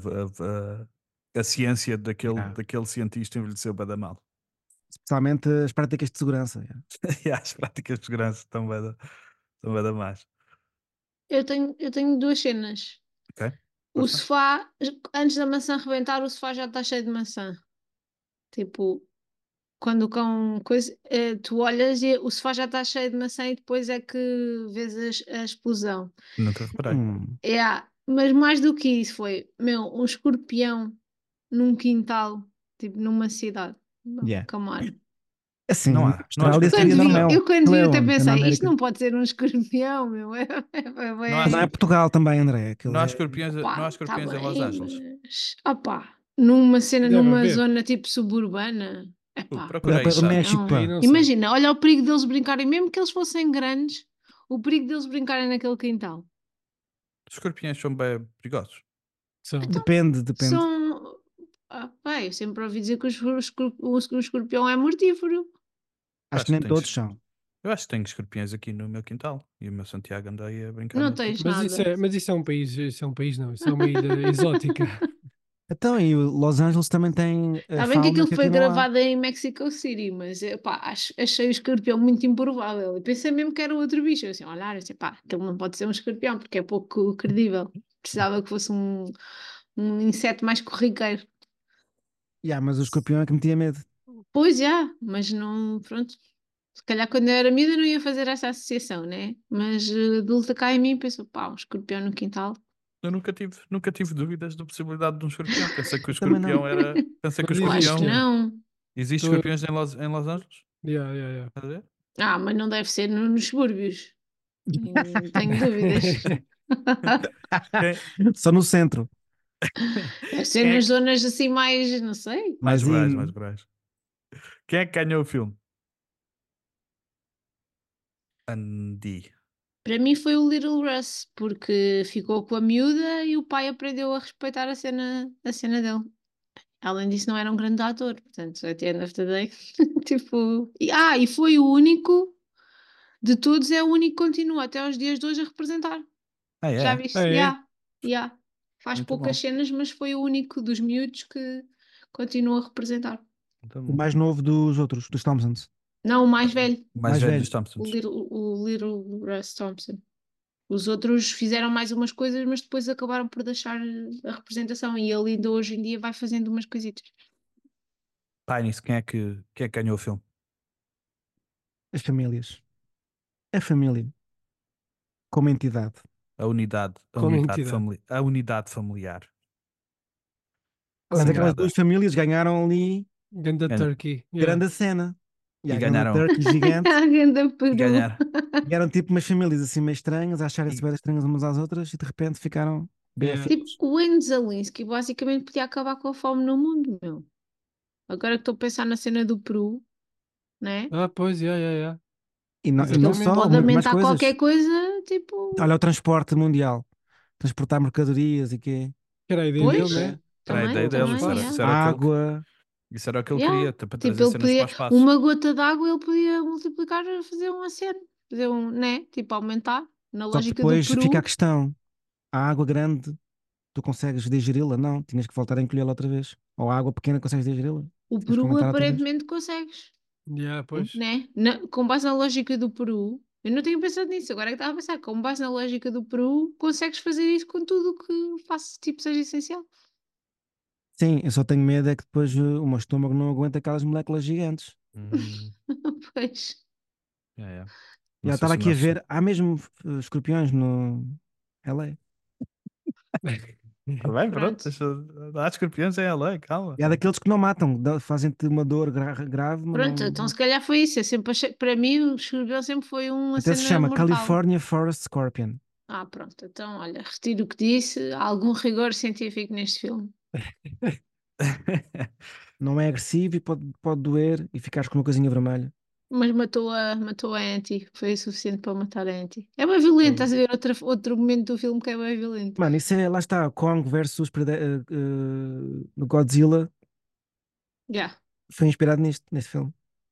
A ciência Yeah. daquele cientista envelheceu bem da mal. Especialmente as práticas de segurança. Yeah. E as práticas de segurança estão bem da mais. eu tenho duas cenas. Ok? O Força. sofá, antes da maçã rebentar, o sofá já está cheio de maçã. Tipo, quando o cão coisa, tu olhas e o sofá já está cheio de maçã e depois é que vês a explosão. Nunca reparei. Mas mais do que isso foi, um escorpião num quintal, tipo numa cidade. Yeah. Come on. Assim, Não há- na não há Austrália seria escorpiões. normal. Eu quando vi Aquilo é até onde? É na pensei, isto América. não pode ser um escorpião, meu. Não há Não é Portugal também, André. Aquilo Não há é- escorpiões, Pá, não há escorpiões tá em Los bem, Angeles. mas, opá, numa cena, Deve numa haver. zona tipo suburbana, epá, Procura aí, Para o sabe? México, não. pá. Aí não sei. Imagina, olha o perigo deles brincarem, mesmo que eles fossem grandes, o perigo deles brincarem naquele quintal. Os escorpiões são bem perigosos. São. Depende. São. Pá, eu sempre ouvi dizer que o escorpião é mortífero. Acho que nem tem todos são. Eu acho que tenho escorpiões aqui no meu quintal. E o meu Santiago anda aí a brincar. Não muito. tens Mas nada. isso é um país, não, isso é uma ilha exótica. Então, e Los Angeles também tem Está bem que fauna aquilo que foi aqui não há. gravado em Mexico City, mas pá, achei o escorpião muito improvável. E pensei mesmo que era outro bicho. Eu assim, olhar, eu disse, pá, aquilo não pode ser um escorpião, porque é pouco credível. Precisava que fosse um inseto mais corriqueiro. Yeah, mas o escorpião é que me tinha medo. Pois já, mas não, pronto. Se calhar quando eu era miúda não ia fazer essa associação, né? Mas adulta cá em mim pensou, pá, um escorpião no quintal. Eu nunca tive dúvidas da possibilidade de um escorpião. Pensei que o Também não. escorpião era. Pensei que o Mas Eu acho escorpião. que não. Existe Tu- escorpiões em Los Angeles? Yeah. Estás a ver? Ah, mas não deve ser nos subúrbios. Tenho dúvidas. Quem, Só no centro. Deve ser quem é nas que- zonas assim mais, não sei. Mais Mas rurais, e- mais rurais. Quem é que ganhou o filme? Andy. Para mim foi o Little Russ, porque ficou com a miúda e o pai aprendeu a respeitar a cena dele. Além disso, não era um grande ator, portanto, at the end of the day, tipo. E foi o único de todos, é o único que continua até aos dias de hoje a representar. Ah, Já é? viste? Ah, é? Yeah. Faz Muito poucas bom. cenas, mas foi o único dos miúdos que continua a representar. Muito o bom. mais novo dos outros, dos Thompsons. Não, o mais velho, O mais mais velho velho. dos Thompsons. o Little Russ Thompson. Os outros fizeram mais umas coisas, mas depois acabaram por deixar a representação e ele ainda hoje em dia vai fazendo umas coisitas. Pá, nisso, quem é que ganhou o filme? As famílias. A família. Como entidade. A unidade. Como entidade. A unidade familiar. Aliás, aquelas Sagrada. duas famílias ganharam ali Ganda Ganha. Turkey. Yeah. grande cena. E a grande ganharam. turkey gigante. A ganda E peru. ganhar. E eram tipo umas famílias assim meio estranhas, a acharem-se E- bem estranhas umas às outras e de repente ficaram Yeah. BFFs. Tipo, o Wayne Zalinski basicamente podia acabar com a fome no mundo, meu. Agora que estou a pensar na cena do Peru, né? Ah, pois, yeah. E não Exatamente. só, Pode muito mais aumentar coisas. qualquer coisa, tipo. Olha o transporte mundial. Transportar mercadorias e quê? Que era a ideia Pois, dele, né? Era a também, ideia dele. também, Isso yeah. era o que ele, Água. isso era o que ele Yeah. queria. Para Tipo, trazer ele cenas para o podia, espaço. uma gota de água ele podia multiplicar, fazer uma cena, fazer um, né? Tipo, aumentar. Na Só que lógica do depois Peru, fica a questão. A água grande, tu consegues digeri-la? Não, tinhas que voltar a encolhê-la outra vez. Ou a água pequena, consegues digeri-la? o Tens que Peru aumentar outra vez. aparentemente consegues, Yeah, pois. né? Com base na lógica do Peru, eu não tinha pensado nisso, agora é que estava a pensar, com base na lógica do Peru, consegues fazer isso com tudo o que faça, tipo, seja essencial. Sim, eu só tenho medo é que depois o meu estômago não aguenta aquelas moléculas gigantes. Pois. Yeah. Já Não sei estava se o aqui a nosso- ver, há mesmo escorpiões no LA. Tá bem, Pronto. pronto. Há escorpiões em LA, calma. E há daqueles que não matam, fazem-te uma dor grave, mas Pronto, não. então se calhar foi isso. Eu sempre achei, para mim, o escorpião sempre foi uma Até se cena chama mortal. California Forest Scorpion. Ah, pronto. Então, olha, retiro o que disse. Há algum rigor científico neste filme. Não é agressivo e pode doer e ficares com uma coisinha vermelha. Mas matou a Anty. Foi o suficiente para matar a Anty. É bem violento, estás a ver outro momento do filme que é bem violento. Mano, isso é, lá está, Kong versus Godzilla Já. foi inspirado neste filme.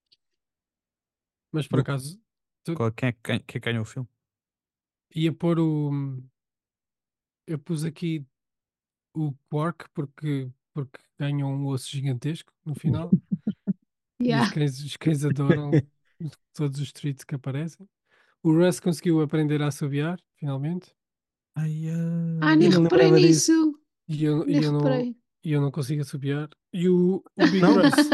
Mas por Do- acaso, Quem ganhou o filme? ia pôr o. Eu pus aqui o Quark porque ganham um osso gigantesco no final. E Já. os cães adoram todos os treats que aparecem. O Russ conseguiu aprender a assobiar, finalmente. Ai, Ah, nem Eu não reparei lembrava disso. nisso. E eu, Nem e eu não, reparei. e eu não consigo assobiar. E o Big Não? Russ.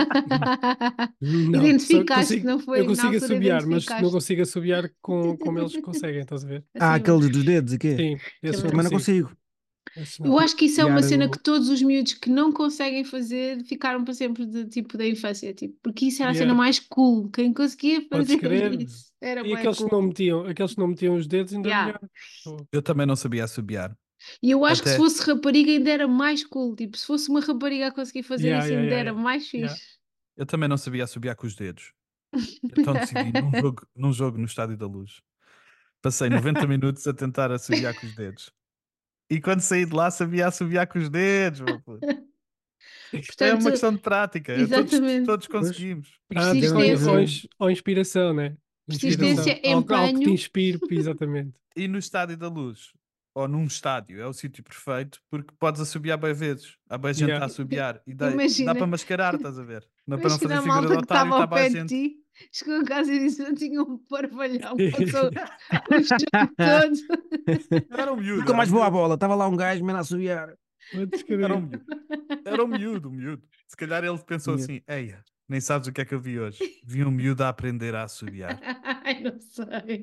Não, Identificaste, consigo, não foi? eu Na consigo altura assobiar, mas não identificaste. consigo assobiar como eles conseguem, estás a ver? Ah, Assim, aqueles dos dedos e quê? Sim, esses Também Também não consigo. Esses eu não. acho que isso é uma Criar cena o- que todos os miúdos que não conseguem fazer ficaram para sempre de tipo da infância, tipo, porque isso era a cena Yeah. mais cool. Quem conseguia Podes fazer crer. isso era E bem aqueles cool. aqueles que não metiam os dedos ainda Yeah. melhor. eu também não sabia assobiar. E eu acho que se Até- fosse rapariga ainda era mais cool. Tipo, se fosse uma rapariga a conseguir fazer Yeah, isso yeah, ainda yeah, era yeah. mais fixe. Yeah. Eu também não sabia assobiar com os dedos. Então decidi num jogo no Estádio da Luz. Passei 90 minutos a tentar assobiar com os dedos. E quando saí de lá sabia assobiar com os dedos. Meu puto. Isto é uma Portanto, questão de prática. exatamente. Todos conseguimos. Persistência. Ou inspiração, né? Persistência, Algo que te empenho. inspire, exatamente. E no Estádio da Luz, ou num estádio, é o sítio perfeito porque podes assobiar bem vezes. Há bem gente Yeah. a assobiar e dá Imagina. para mascarar, estás a ver? Não para não Imagina fazer a figura de malta que otário, estava ao estava a pé de gente. ti, chegou a casa e disse: Eu tinha um parvalhão, passou o jogo todo. Era um miúdo. Nunca era mais um vou à miúdo. bola. Estava lá um gajo, mesmo a assobiar. Podes Era um crer. miúdo. Era um miúdo, um miúdo. Se calhar ele pensou Miúdo. assim: Eia, Nem sabes o que é que eu vi hoje. Vi um miúdo a aprender a assobiar. Ai, não sei.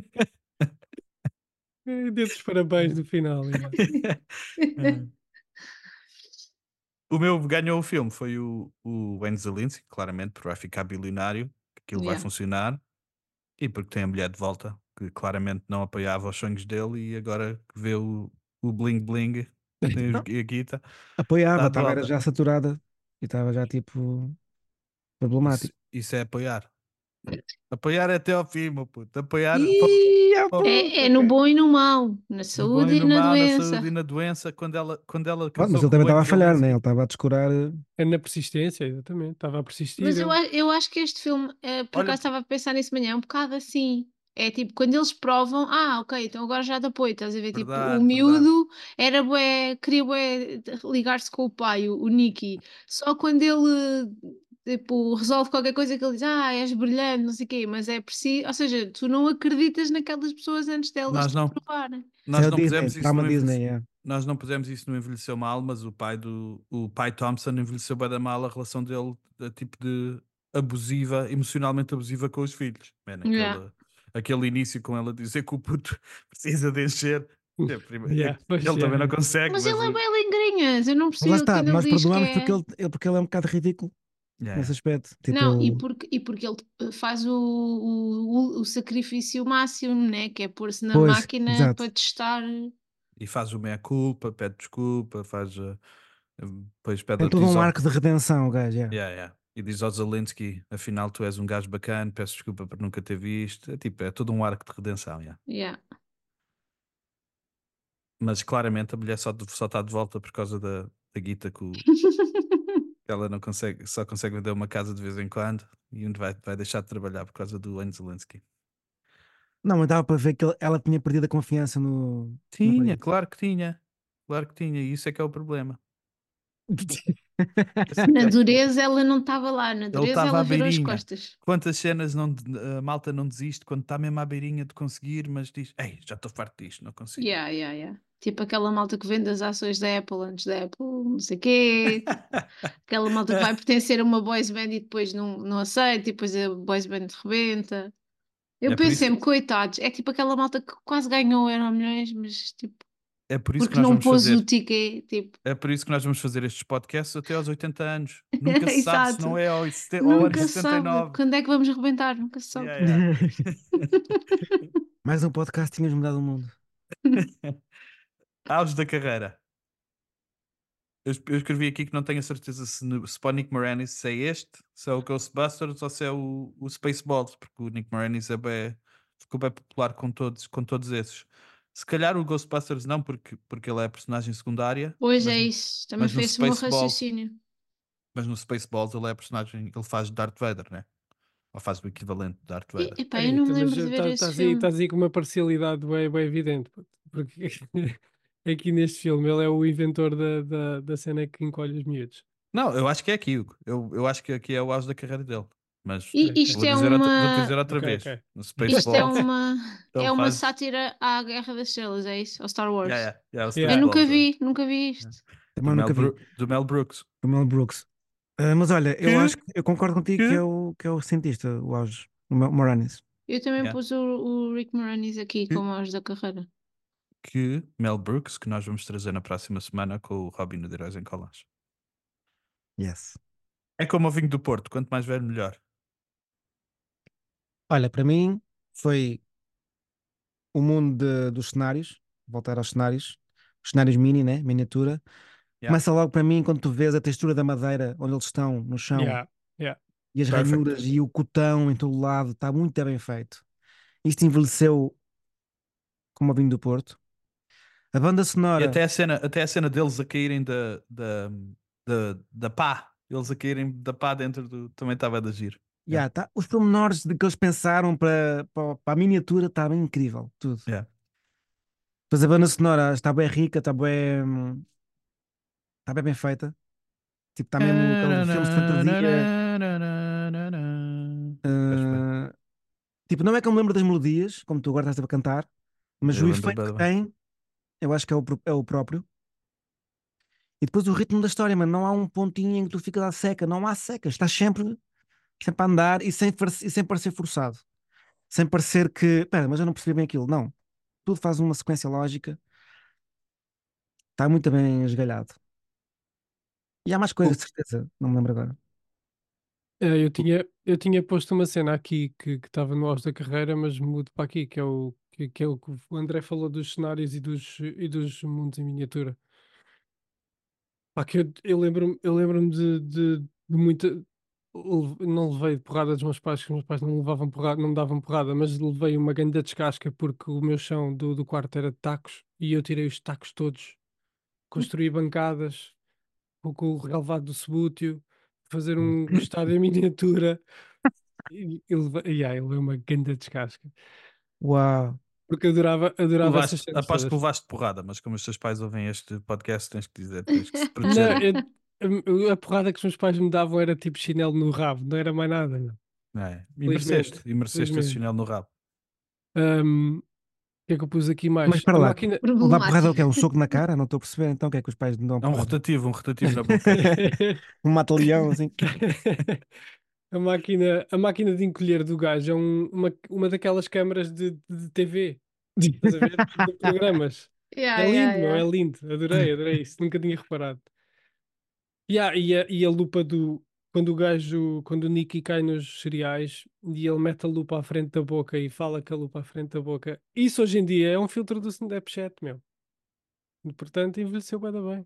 Desses parabéns do final. O meu ganhou o filme foi o Wayne Zelinsky, claramente, porque vai ficar bilionário, que aquilo vai Yeah. funcionar, e porque tem a mulher de volta, que claramente não apoiava os sonhos dele, e agora que vê o bling bling, tem a guita, Apoiava, está de estava era volta. já saturada e estava já tipo problemático. Isso é apoiar. Apoiar é até ao fim, meu puto. Apoiar Ih, para É no bom e no mau, na no bom saúde e e no na mau, na saúde e doença. na doença, quando ela Pronto, mas casou ele com o também estava Wayne a falhar, né? Ele Zelinsky. estava a descurar. É na persistência, exatamente. Estava a persistir. Mas ele. eu acho que este filme, por Olha, acaso estava a pensar nisso de manhã, é um bocado assim. É tipo, quando eles provam, ok, então agora já te apoio, estás a ver? Tipo, o verdade, verdade. miúdo era bué, queria bué ligar-se com o pai, o Nicky. Só quando ele, tipo, resolve qualquer coisa que ele diz, és brilhante, não sei o quê, mas é preciso, ou seja, tu não acreditas naquelas pessoas antes delas Nós te não, provarem. Isso é nós o não Disney, pusemos isso trauma no Disney, é. nós não pusemos isso no Envelheceu Mal, mas o pai Thompson envelheceu bem da mal a relação dele, tipo de abusiva, emocionalmente abusiva com os filhos. Man, Yeah. aquele início com ela dizer que o puto precisa de encher. Pois, Ele também não consegue, Mas mas ele é bem lingrinhas, eu não Mas lá percebo está, quando ele nós diz que perdoamos é. porque ele é um bocado ridículo yeah, nesse yeah. aspecto. Tipo, Não, ele- e porque ele faz o sacrifício máximo, né? Que é pôr-se na Pois, máquina exato. para testar. E faz o meia-culpa, pede desculpa, depois pede Tem todo diz um ao, arco de redenção, o gajo, é. yeah, yeah. E diz ao Zelensky, afinal tu és um gajo bacana, peço desculpa por nunca ter visto. É todo um arco de redenção, yeah. Yeah. Mas claramente a mulher só está de volta por causa da guita que ela não consegue, só consegue vender uma casa de vez em quando e onde vai deixar de trabalhar por causa do Wayne Zelensky. Não, mas dava para ver que ela tinha perdido a confiança no Tinha, marido. claro que tinha. Claro que tinha, e isso é que é o problema. Na dureza ela não estava lá, na Ele dureza estava à ela virou as beirinha. costas. Quantas cenas a malta não desiste quando está mesmo à beirinha de conseguir, mas diz: Ei, já estou farto disto, não consigo. Yeah. Tipo aquela malta que vende as ações da Apple antes da Apple, não sei o quê. Aquela malta que vai pertencer a uma boys band e depois não aceita, e depois a boys band rebenta. Eu É por penso isso, sempre, coitados, é tipo aquela malta que quase ganhou Euromilhões, mas tipo, é por isso que porque nós não vamos pôs o fazer. ticket, tipo, É por isso que nós vamos fazer estes podcasts até aos 80 anos. Nunca se sabe se não exato, é ao ano nunca se sabe 79. quando é que vamos rebentar, nunca se sabe. Yeah, yeah. Mais um podcast, tinhas mudado o mundo. Auge da carreira. Eu escrevi aqui que não tenho a certeza se para o Nick Moranis se é este, se é o Ghostbusters ou se é o Spaceballs, porque o Nick Moranis ficou bem popular com todos esses. Se calhar o Ghostbusters não, porque ele é a personagem secundária, Pois mas é no, isso, também mas no foi esse o meu Spaceballs, raciocínio. mas no Spaceballs ele é a personagem, ele faz Darth Vader, né? Ou faz o equivalente de Darth Vader. Epá, eu não me Mas lembro de ver esse filme. estás aí com uma parcialidade bem evidente. Puto. Porque aqui neste filme ele é o inventor da cena que encolhe os miúdos. Não, eu acho que é aqui, Hugo. Eu acho que aqui é o auge da carreira dele. Mas E isto é vou dizer uma, outra vez. Ok. No isto é Spaceballs, uma, ele é uma faz. sátira à Guerra das Estrelas, é isso? Ao Star Wars. Yeah, o Yeah. Eu nunca Spaceballs. nunca vi isto. Também nunca vi. Do Mel Brooks. O Mel Brooks. Mas olha, eu acho que eu concordo contigo Que? que é o cientista, o auge, o Moranis. Eu também Yeah. pus o Rick Moranis aqui Que? como auge da carreira. Que Mel Brooks, que nós vamos trazer na próxima semana com o Robin de Heróis em Colas. Yes. É como o vinho do Porto, quanto mais velho, melhor. Olha, para mim foi o mundo dos cenários, voltar aos cenários, os cenários mini, né? Miniatura. Yeah. Começa logo para mim quando tu vês a textura da madeira onde eles estão, no chão, Yeah. e as Perfect. ranhuras e o cotão em todo lado, está muito bem feito. Isto envelheceu como o vinho do Porto. A banda E sonora, até a cena deles a caírem da pá. Eles a caírem da pá dentro do. Também estava a giro. yeah, tá, os pormenores de que eles pensaram para a miniatura está bem incrível, tudo. Yeah. Depois a banda sonora está bem rica, está bem feita. Tipo, está mesmo aqueles filmes de fantasia. ah, tipo, não é que eu me lembro das melodias, como tu agora estás a cantar, mas Eu o lembro efeito que bem. tem, eu acho que é o próprio. E depois o ritmo da história, mano, não há um pontinho em que tu ficas à seca, não há seca, estás sempre sempre a andar e sem parecer forçado. Sem parecer que, espera, mas eu não percebi bem aquilo. Não, tudo faz uma sequência lógica, está muito bem esgalhado. E há mais coisas, de certeza, não me lembro agora. Eu tinha posto uma cena aqui que estava no auge da carreira, mas mudo para aqui, que é o que o André falou dos cenários e dos mundos em miniatura. Pá, que eu lembro-me de muita. Não levei porrada dos meus pais, que os meus pais não levavam porrada, não me davam porrada, mas levei uma grande descasca porque o meu chão do quarto era de tacos e eu tirei os tacos todos, construí bancadas com o relevado do subútil, fazer um estádio em miniatura eu levei uma grande descasca Uau! porque adorava essas Levaste, cenas aposto que todas. levaste porrada, mas como os teus pais ouvem este podcast, tens que dizer, tens que se Não, protegerem. a porrada que os meus pais me davam era tipo chinelo no rabo, não era mais nada, não. Não é? Felizmente, E mereceste esse felizmente. chinelo no rabo. O que é que eu pus aqui Mas mais? para A lá, máquina. levar porrada é o Problemático. quê? Um soco na cara? Não estou a perceber então o que é que os pais me dão É um porrada. rotativo na boca. Um mata-leão assim. A máquina de encolher do gajo é uma daquelas câmaras de TV. Estás a ver? De programas. Yeah, É yeah, lindo, meu, é yeah. lindo. Adorei isso. Nunca tinha reparado. E a lupa do. Quando o Nicky cai nos cereais e ele mete a lupa à frente da boca e fala com a lupa à frente da boca. Isso hoje em dia é um filtro do Snapchat, meu. E, portanto, envelheceu bem, bem.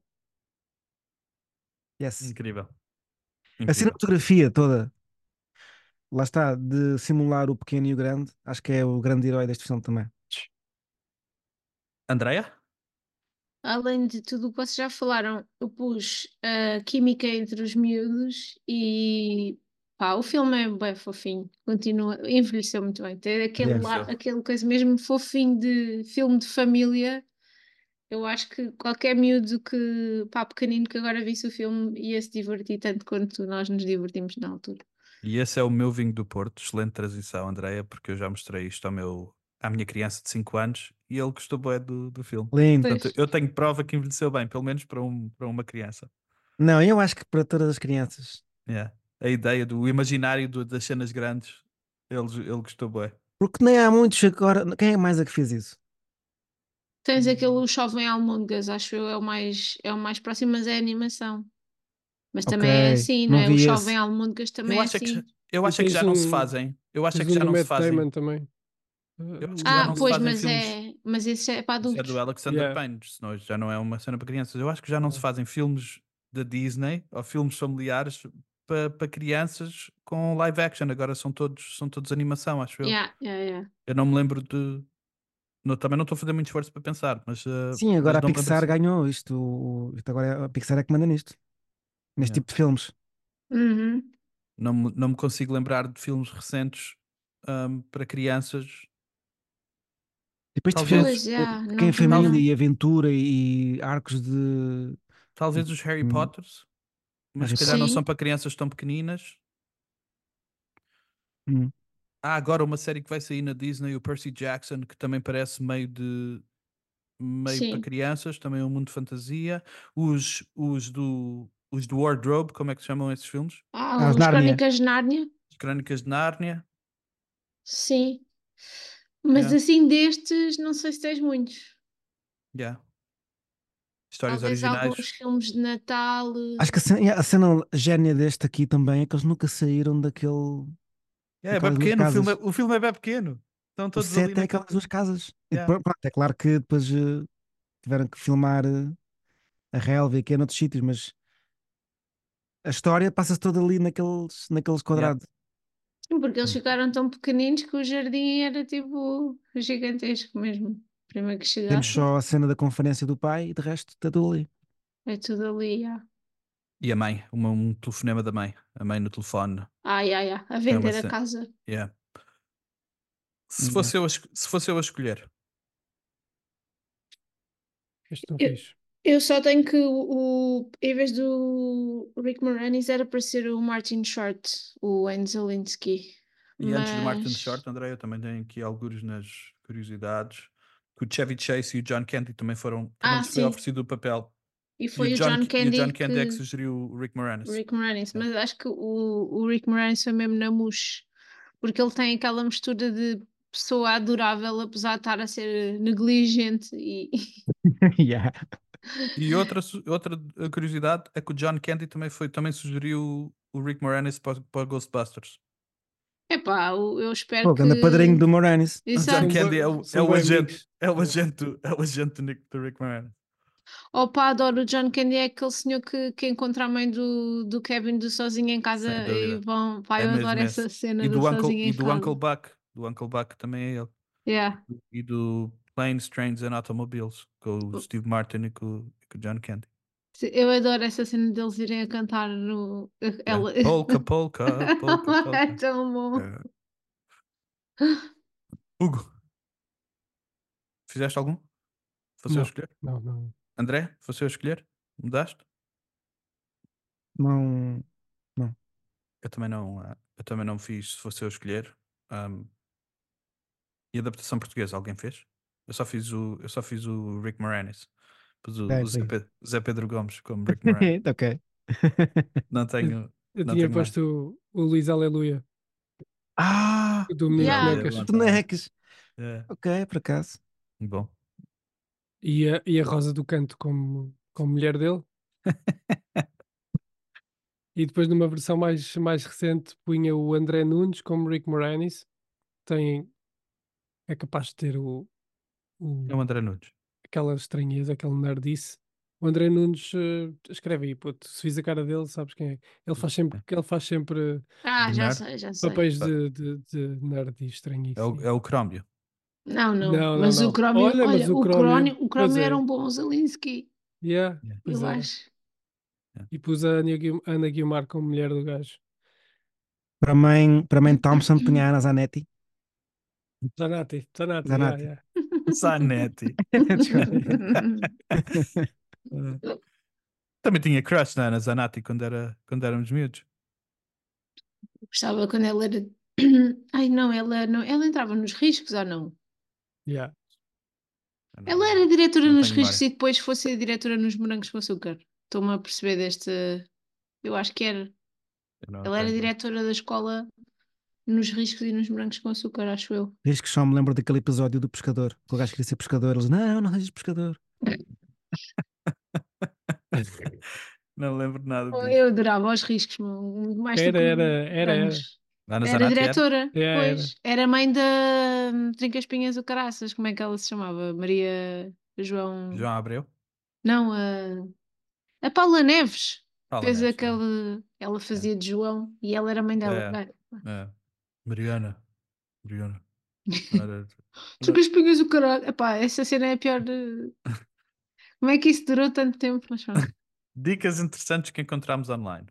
Yes. Incrível. A Incrível. cinematografia toda, lá está, de simular o pequeno e o grande, acho que é o grande herói deste filme também. Andreia? Além de tudo o que vocês já falaram, eu pus a química entre os miúdos e pá, o filme é bem fofinho, continua, envelheceu muito bem. Tem Yes. aquele coisa mesmo fofinho de filme de família. Eu acho que qualquer miúdo que, pá, pequenino que agora visse o filme ia se divertir tanto quanto nós nos divertimos na altura. E esse é o meu vinho do Porto. Excelente transição, Andreia, porque eu já mostrei isto à minha criança de 5 anos e ele gostou bué do filme. Lindo. Pois. Portanto, eu tenho prova que envelheceu bem, pelo menos para uma criança. Não, eu acho que para todas as crianças. Yeah. A ideia do imaginário das cenas grandes, ele gostou bué. Porque nem há muitos agora. Quem é mais a que fez isso? Tens aquele Chove em Almôndegas, acho eu, é o mais próximo, mas é animação. Mas Ok, também é assim, não não é? O vi Chove em esse. Almôndegas também Eu é acho é que, assim. eu E acho é que tens já não se um, fazem. Eu acho é tens que um já do não se Matt fazem. Damon também. Eu acho que já Ah, não se pois, fazem filmes. mas esse é para Isso é do adultos. Alexander Yeah. Payne, senão já não é uma cena para crianças. Eu acho que já não se fazem filmes da Disney ou filmes familiares para crianças com live action. Agora são todos animação, acho eu. Yeah, yeah, yeah. Eu não me lembro de. Também não estou a fazer muito esforço para pensar, Sim, mas agora a não me lembro Pixar assim. ganhou isto. Isto agora a Pixar é que manda nisto. Neste Yeah. tipo de filmes. Uhum. Não me consigo lembrar de filmes recentes para crianças. E depois de Talvez, Pois, filmes yeah, que em não, também tal- família não. e aventura e arcos de. talvez os Harry hum, Potters, mas se Harry calhar Potter. não são Sim. para crianças tão pequeninas. Hum, Há agora uma série que vai sair na Disney, o Percy Jackson, que também parece meio para Sim. crianças, também é um mundo de fantasia. Os do Wardrobe, como é que se chamam esses filmes? Ah, As os Nárnia. Crónicas de Nárnia. As Crónicas de Nárnia. Sim. Mas Yeah, assim destes, não sei se tens muitos. yeah. Histórias Talvez alguns originais. filmes de Natal. Acho que a cena génia deste aqui também é que eles nunca saíram É bem daquelas duas pequeno, casas. o filme é bem pequeno. Estão O todos ali set é naquele. aquelas duas casas. E Yeah. pronto, é claro que depois tiveram que filmar a relva e aqui é noutros sítios, mas a história passa-se toda ali naqueles Yeah. quadrados. Sim, porque eles ficaram tão pequeninos que o jardim era tipo gigantesco mesmo. Primeiro que Temos chegassem, só a cena da conferência do pai e de resto está tudo ali. é tudo ali. Já. E a mãe, um telefonema da mãe. A mãe no telefone. Ai, ai, ai, a É uma vender a cena. casa. Yeah. Se Yeah. fosse eu a escolher, Este não Eu, fiz. eu só tenho que em vez do Rick Moranis era para ser o Martin Short, o Anne Zelinsky. e antes do Martin Mas Short, André, eu também tenho aqui algures nas curiosidades, que o Chevy Chase e o John Candy também lhes foi sim, oferecido o papel. E E foi o o John, John e o Candy John Candy é que que. sugeriu o Rick Moranis. O Rick Moranis, Yeah. mas acho que o Rick Moranis foi mesmo na mousse, porque ele tem aquela mistura de pessoa adorável, apesar de estar a ser negligente e Yeah. E outra curiosidade é que o John Candy também sugeriu o Rick Moranis para Ghostbusters. epá, eu espero Pô, ganda padrinho que. do Moranis. O John Exato. Candy é São o bem agente, amigos. é o agente do Rick Moranis. Opa, adoro o John Candy, é aquele senhor que encontra a mãe do Kevin do Sozinho em Casa Sem e dúvida. vão. Pá, É eu mesmo adoro esse. essa cena E do Sozinho em do Casa. Uncle Buck. Do Uncle Buck também é ele. Yeah. E do Planes, Trains and Automobiles, com o Steve Martin e com o John Candy. Eu adoro essa cena deles irem a cantar no. Ela... Polka, polka, polka, É polka. tão bom. Hugo, fizeste algum? Fosse eu Não, escolher? não. André, fosse eu escolher? Mudaste? Não. Eu também não fiz se fosse eu escolher. Ahm, e adaptação portuguesa, alguém fez? Eu só fiz o Rick Moranis. Pus o Zé Pedro Gomes como Rick Moranis. Ok. Não tenho, Eu não tinha tenho mais. posto o Luís Aleluia, Ah! do Menino Yeah. Bonecas. Lá Bonecas. É, Ok, por acaso. bom. E a Rosa do Canto como mulher dele. E depois numa versão mais recente punha o André Nunes como Rick Moranis. É capaz de ter É o André Nunes. aquela estranheza, aquele nerdice. O André Nunes escreve aí, puto, se vis a cara dele, sabes quem é. Ele faz sempre Ah, De já nerd? sei, já sei. papéis de nerd e estranhice. É o Crómio. Não, Não, mas não. o Crómio, Olha, mas o Crómio, o pois Crómio é. era um bom Zelensky, Yeah, Yeah. pois eu era. acho. E pus a Ana Guiomar como mulher do gajo. Para mãe Thompson punha a Ana Zanetti. Zanatti, Zanetti. yeah. Zanetti. Desculpa. Também tinha crush na Ana Zanatti quando éramos miúdos. Gostava quando ela era. Ai, não, ela entrava nos riscos ou não? Yeah. Eu não- Ela era diretora não nos tenho riscos memória. e depois fosse a diretora nos Morangos com Açúcar. Estou-me a perceber deste. Eu acho que era. Eu não Ela era tenho. diretora da escola nos riscos e nos Morangos com Açúcar, acho eu. Diz que só me lembro daquele episódio do pescador. Que o gajo queria ser pescador. Eles, não sejas pescador. Não lembro nada disso. Eu adorava os riscos, muito mais do que os Era. morangos. Ana Era Zanatti diretora, Era. pois. Era mãe da Trinca Espinhas do Caraças. Como é que ela se chamava? Maria João. João Abreu? Não, a Paula Neves. Paula Fez Neves, aquele. Ela fazia de João e ela era mãe dela. É. Vai. É. Mariana. Era- Trinca Espinhas do Caraças. Epá, essa cena é a pior. Como é que isso durou tanto tempo? Mas pronto. Dicas interessantes que encontramos online.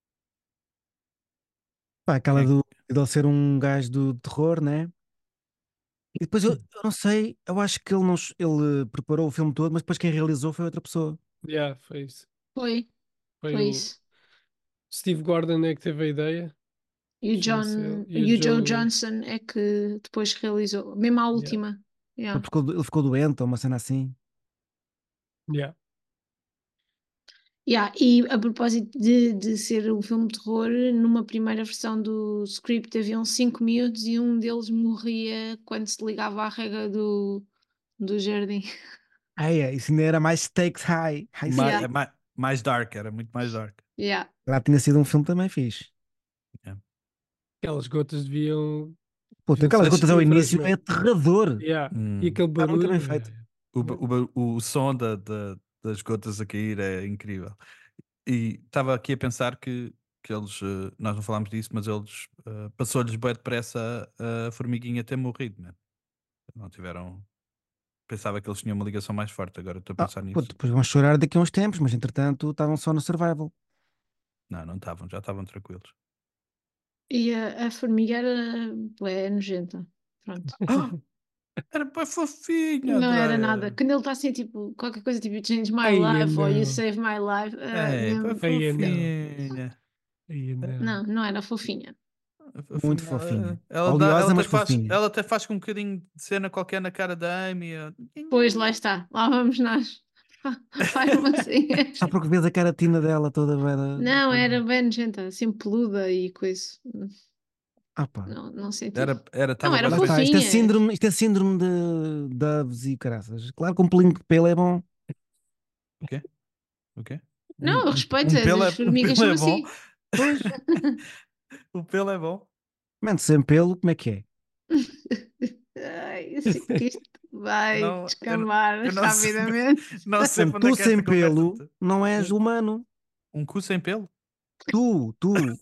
Pá, aquela É. de ele ser um gajo do terror, né? E depois eu não sei, eu acho que ele preparou o filme todo, mas depois quem realizou foi outra pessoa. Yeah, foi isso. Foi Foi foi o isso. Steve Gordon é que teve a ideia. E o Chama-se John. ele. E o Joe Johnson é que depois realizou. Mesmo a última. Yeah. Ele ficou doente ou uma cena assim. Yeah. Yeah, e a propósito de ser um filme de terror, numa primeira versão do script haviam 5 miúdos e um deles morria quando se ligava à rega do jardim. Isso ainda era mais stakes high. Yeah. Mais dark, era muito mais dark. Yeah. Lá tinha sido um filme também fixe. Aquelas gotas deviam. Pô, tem aquelas Deviam gotas ao ser início, é cifras, aterrador. Yeah. Hum. E aquele Está muito barulho. bem feito. O som das gotas a cair é incrível. E estava aqui a pensar que eles, nós não falámos disso, mas eles passou-lhes bem depressa a formiguinha ter morrido, né? Não tiveram. Pensava que eles tinham uma ligação mais forte, agora estou a pensar Pô, nisso. depois vão chorar daqui a uns tempos, mas entretanto estavam só no survival. Não estavam, já estavam tranquilos. E a formiga era bué nojenta. Pronto. Era bem fofinha, Não era Andréia. nada. Quando ele está assim, tipo, qualquer coisa tipo, change my Ai, life ou you não. save my life. É, mesmo- bem Ai, não. fofinha. Aí, não. Não, não era fofinha. Muito fofinha. Ela, Oleosa, mas até faz, fofinha. ela até faz com um bocadinho de cena qualquer na cara da Amy. Pois lá está, lá vamos nós. Farmacinhas. Só porque vês a caratina dela toda vera. Não, era bem nojenta, assim peluda e coisa. Ah, pá. Não senti. Era, Não, estava era bem Lá está, feito. fofinha. isto é síndrome de Doves e caraças. Claro que um pelinho de pelo é bom. O quê? O quê? Não, eu respeito, Um pelo as um formigas pelo são é bom. assim. Pois, O pelo é bom. mano, sem pelo, como é que é? Ai, eu sinto que isto vai Não, descambar eu não sei, rapidamente. não sei Mano, para onde é tu que esta sem conversa. pelo não és humano. Um cu sem pelo? Tu.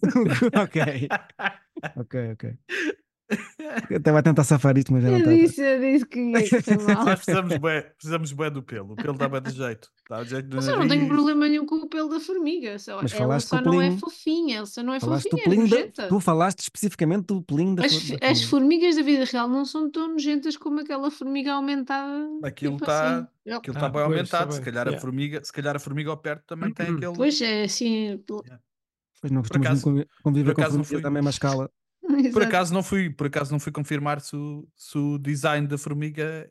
Ok, ok. Eu estava a tentar safar isto, mas já não Eu estava. disse que ia correr mal. Nós precisamos bué do pelo. O pelo dá bué de jeito. Dá de jeito no Mas eu não tenho nariz. problema nenhum com o pelo da formiga. Mas Ela falaste com só o não é pelinho. fofinha. Ela só não é Falaste do fofinha, é pelinho nojenta. tu falaste especificamente do pelinho da As formiga. formigas da vida real não são tão nojentas como aquela formiga aumentada. Aquilo Tipo está assim. aquilo tá bem Pois, tá aumentado. bem. Yeah. Se calhar a formiga ao perto também tem aquele. Pois é, assim. Yeah. Pois não Por costumas acaso, conviver por com acaso não formigas fui. à mesma escala. Por Exato. acaso não fui confirmar se o design da formiga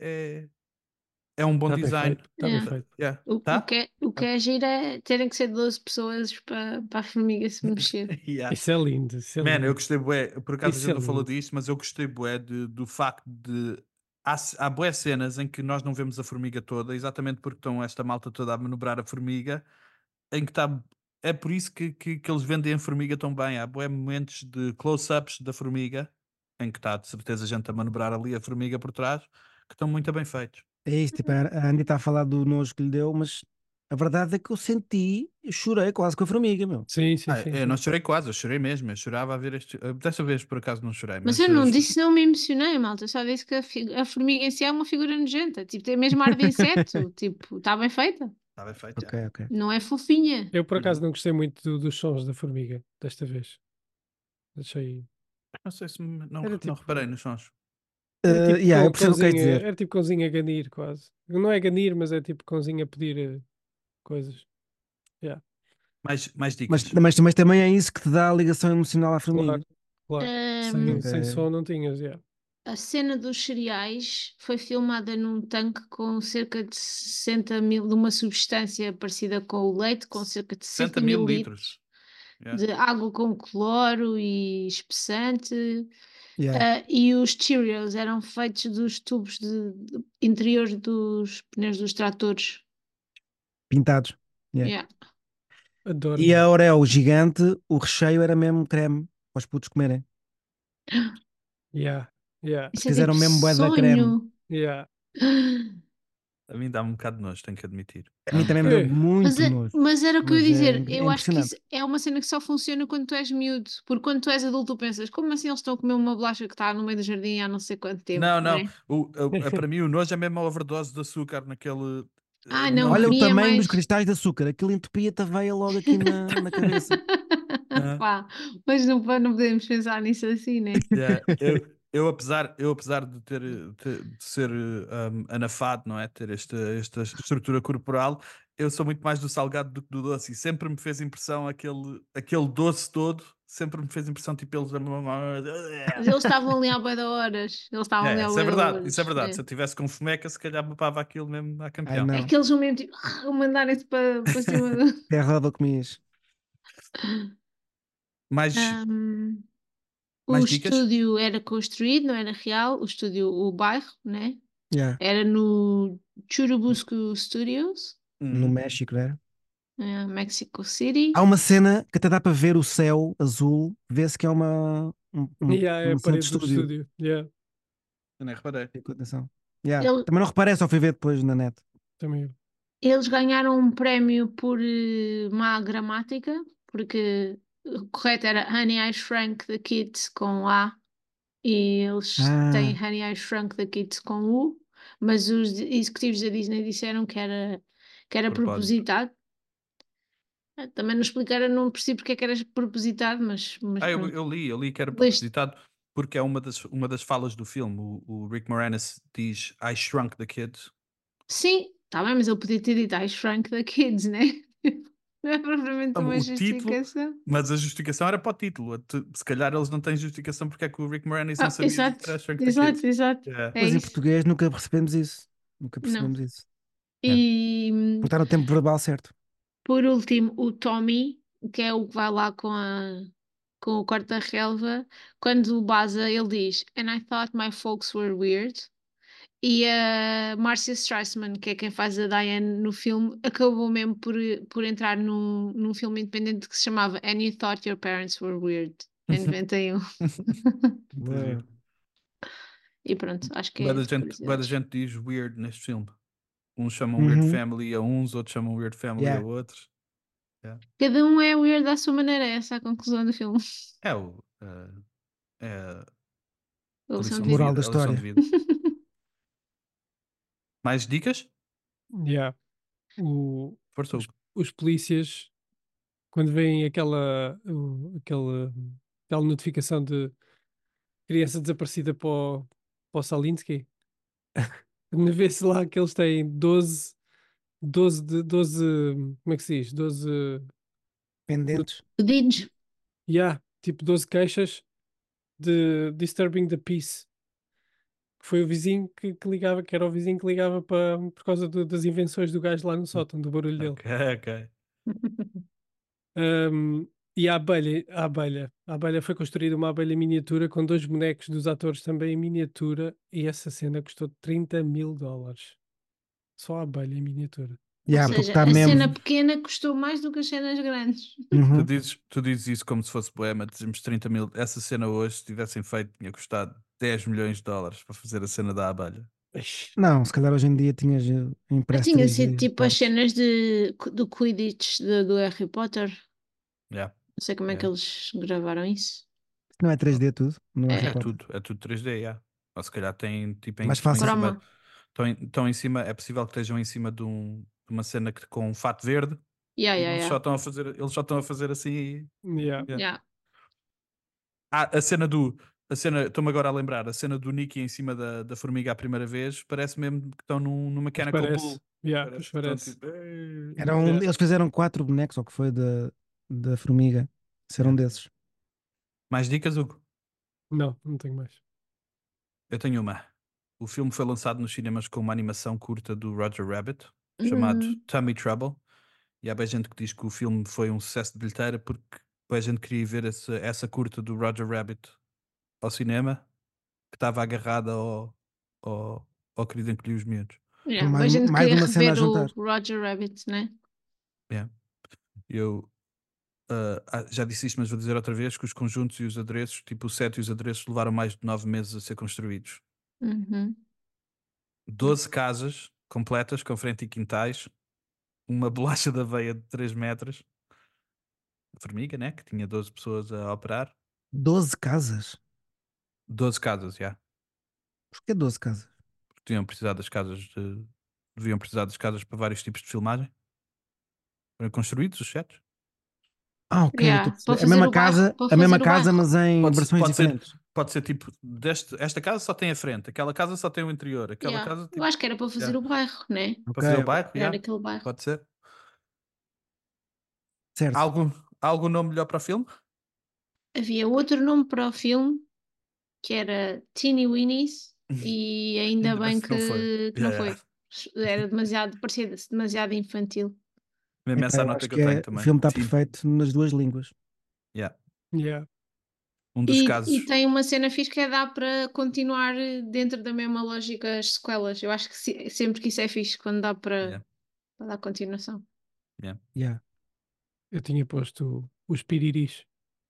é um bom Está bem design. feito. Está bem É. feito. Yeah. O Tá? que é giro é terem que ser 12 pessoas para a formiga se mexer. Yeah. Isso é lindo. Isso é Man, eu lindo. gostei bué, por acaso a Isso gente é não falou lindo. disto, mas eu gostei bué do facto de há bué cenas em que nós não vemos a formiga toda, exatamente porque estão esta malta toda a manobrar a formiga, em que está, é por isso que eles vendem a formiga tão bem, há bué momentos de close-ups da formiga, em que está de certeza a gente a manobrar ali a formiga por trás, que estão muito bem feitos. É isto, tipo, a Andy está a falar do nojo que lhe deu, mas a verdade é que eu chorei quase com a formiga, meu. Sim, sim, Ah, sim. eu sim. não chorei quase, eu chorei mesmo, eu chorava a ver este, desta vez por acaso não chorei, Mas mas eu não disse, não me emocionei, malta. Eu só disse que a formiga em si é uma figura nojenta. Tipo, tem mesmo ar de inseto. Tipo, está bem feita. está bem feito, já. Ok. Não é fofinha. Eu por acaso não gostei muito dos sons da formiga desta vez. Achei. Não sei se não Era não tipo. reparei nos sons. Era tipo Eu percebo o que queres dizer. era tipo cãozinho a ganir, quase. Não é ganir, mas é tipo cãozinho a pedir coisas. Yeah. Mais dicas. Mas também é isso que te dá a ligação emocional à formiga. Claro, claro. Ahm, Sem Ok. som não tinhas, yeah. a cena dos cereais foi filmada num tanque com cerca de 60 mil, de uma substância parecida com o leite, com cerca de 60 60 mil mil litros. Yeah. de água com cloro e espessante. Yeah. E os Cheerios eram feitos dos tubos de interiores dos pneus dos tratores. Pintados. Yeah. Yeah. Adoro. E a Oreo gigante, o recheio era mesmo creme para os putos comerem. Yeah, yeah, Isso é Fizeram tipo mesmo bué da creme. sonho. yeah. A mim dá-me um bocado de nojo, tenho que admitir. A mim também me deu muito nojo. Mas era o que eu ia Mas dizer. é Eu acho que impressionante. isso é uma cena que só funciona quando tu és miúdo. Porque quando tu és adulto, tu pensas, como assim eles estão a comer uma bolacha que está no meio do jardim há não sei quanto tempo, Não, não não. é? Para mim o nojo é mesmo a overdose de açúcar naquele. Ah, não, Olha para o mim é tamanho dos mais. cristais de açúcar. Aquilo entupia-te a veia logo aqui na cabeça. Ah, Pá, mas não podemos pensar nisso assim, né? yeah. Eu apesar de ser anafado, não é? Ter esta estrutura corporal, eu sou muito mais do salgado do que do doce e sempre me fez impressão aquele doce todo, sempre me fez impressão tipo eles a mamar. Mas eles estavam ali há bué de horas. Eles estavam ali há Isso é bué de verdade, isso é horas. verdade. É. Se eu tivesse com fomeca, se calhar papava aquilo mesmo a Ai campeão. É não. que eles vão mesmo tipo, mandarem-se para cima do. Terra de comias. Mais, Ahm, o mais dicas? estúdio era construído, não era real. O estúdio, o bairro, né? Yeah. Era no Churubusco Studios, No Uhum. México, né? Mexico City. Há uma cena que até dá para ver o céu azul, vê-se que é Yeah, é a uma cena de parede do estúdio. estúdio. Yeah, Eu nem reparei. Fica com atenção. Yeah. Ele- Também não reparei, só fui ver depois na net. também. Eles ganharam um prémio por má gramática, porque o correto era Honey, I Shrunk the Kids com A e eles têm Ah, Honey, I Shrunk the Kids com U, mas os executivos da Disney disseram que era Propósito. propositado. Também não explicaram, não percebi porque é que era propositado, mas Eu, pronto. eu li que era Leste. propositado porque é uma das falas do filme. O Rick Moranis diz I shrunk the kids. Sim, está bem, mas ele podia ter dito I Shrunk the Kids, né? Não é propriamente uma O título, justificação. mas a justificação era para o título. Se calhar eles não têm justificação porque é que o Rick Moranis não sabia Exato, dizer I shrunk the kids. exato. Yeah. É mas em isso. português nunca percebemos isso. Nunca Não. percebemos isso. E Porque está no tempo verbal certo. por último, o Tommy, que é o que vai lá com o corte da relva, quando baza, ele diz: And I thought my folks were weird. E a Marcia Streisand, que é quem faz a Diane no filme, acabou mesmo por entrar num filme independente que se chamava And You Thought Your Parents Were Weird, em 91. Muito giro. E pronto, acho que Bué é da de gente, bué da curiosidades. gente diz weird neste filme. Uns chamam Weird Uhum. Family a uns, outros chamam Weird Family a Yeah. outros. Yeah. Cada um é weird à sua maneira, essa é a conclusão do filme. É o. É A a lição lição de de Moral vida. da vida. A lição de história. vida. Mais dicas? Yeah. O, Força, os, Hugo. os polícias, quando veem aquela notificação de criança desaparecida para o Salinsky, vê-se lá que eles têm 12, como é que se diz? 12, Pendentes. Pedidos. yeah, tipo 12 queixas de Disturbing the Peace. Que foi o vizinho que ligava, que era o vizinho que ligava por causa das invenções do gajo lá no sótão, do barulho dele. Ok, ok. Um, e a abelha foi construída uma abelha miniatura com 2 bonecos dos atores também em miniatura, e essa cena custou $30.000. Só a abelha em miniatura. Ou Yeah, porque seja, está a cena mesmo. pequena custou mais do que as cenas grandes. Uhum. Tu dizes isso como se fosse poema, dizemos 30 mil. Essa cena hoje, se tivessem feito, tinha custado 10 milhões de dólares para fazer a cena da abelha. Ixi, Não, se calhar hoje em dia tinhas impresso Tinha sido 3D tipo as partes. cenas do Quidditch do Harry Potter. Yeah, Não sei como é que yeah. eles gravaram isso. Não é 3D tudo no Harry É, Potter. É tudo 3D, yeah. Ou se calhar tem tipo Mais estão em fácil. cima, croma. estão em cima, é possível que estejam em cima de uma cena com um fato verde Yeah, e yeah, eles yeah. eles só estão a fazer assim e. yeah. Yeah. Yeah. A cena, estou-me agora a lembrar, a cena do Nicky em cima da formiga a primeira vez, parece mesmo que estão num Pois Mechanical parece. Bull. Yeah, Parece pois que estão parece. tipo. "Ei". Yeah. Eles fizeram 4 bonecos, ou que foi da formiga. Isso era um Yeah. desses. Mais dicas, Hugo? Não tenho mais. Eu tenho uma. O filme foi lançado nos cinemas com uma animação curta do Roger Rabbit, chamado Uhum. Tummy Trouble. E há bem gente que diz que o filme foi um sucesso de bilheteira porque bem gente queria ver essa curta do Roger Rabbit ao cinema, que estava agarrada ao querido encolher os miúdos. Yeah. Mais, A gente mais queria uma cena a rever o juntar. Roger Rabbit, né? Yeah. Eu já disse isto, mas vou dizer outra vez que os conjuntos e os adereços, tipo o set e os adereços, levaram mais de 9 meses a ser construídos. Uhum. 12 casas completas, com frente e quintais, uma bolacha da aveia de 3 metros, formiga, né? Que tinha 12 pessoas a operar. 12 casas? 12 casas, já. Porquê 12 casas? Porque deviam precisar das casas para vários tipos de filmagem. Foram construídos os sets. Ah, ok. Yeah. Para A fazer mesma o bairro. casa, Para a mesma fazer o casa, bairro. mas em Pode, versões pode ser, diferentes. pode ser tipo, esta casa só tem a frente, aquela casa só tem o interior, aquela Yeah. casa Eu tipo, acho que era para fazer yeah. o bairro, né? Para Ok, fazer o bairro, Era yeah. aquele bairro. Pode ser. certo. Algum nome melhor para o filme? Havia outro nome para o filme que era Teeny Weenies e ainda Ainda bem bem que não foi. que não Yeah, yeah. foi. Era demasiado, parecia demasiado infantil. Mesmo Epá, essa a eu nota acho que que eu tenho o também. filme está Teen. perfeito nas duas línguas. Yeah. Yeah. Um dos E casos. tem uma cena fixe que é dar para continuar dentro da mesma lógica as sequelas. Eu acho que sempre que isso é fixe, quando dá Yeah, para dar continuação. yeah. Yeah. Eu tinha posto os piriris.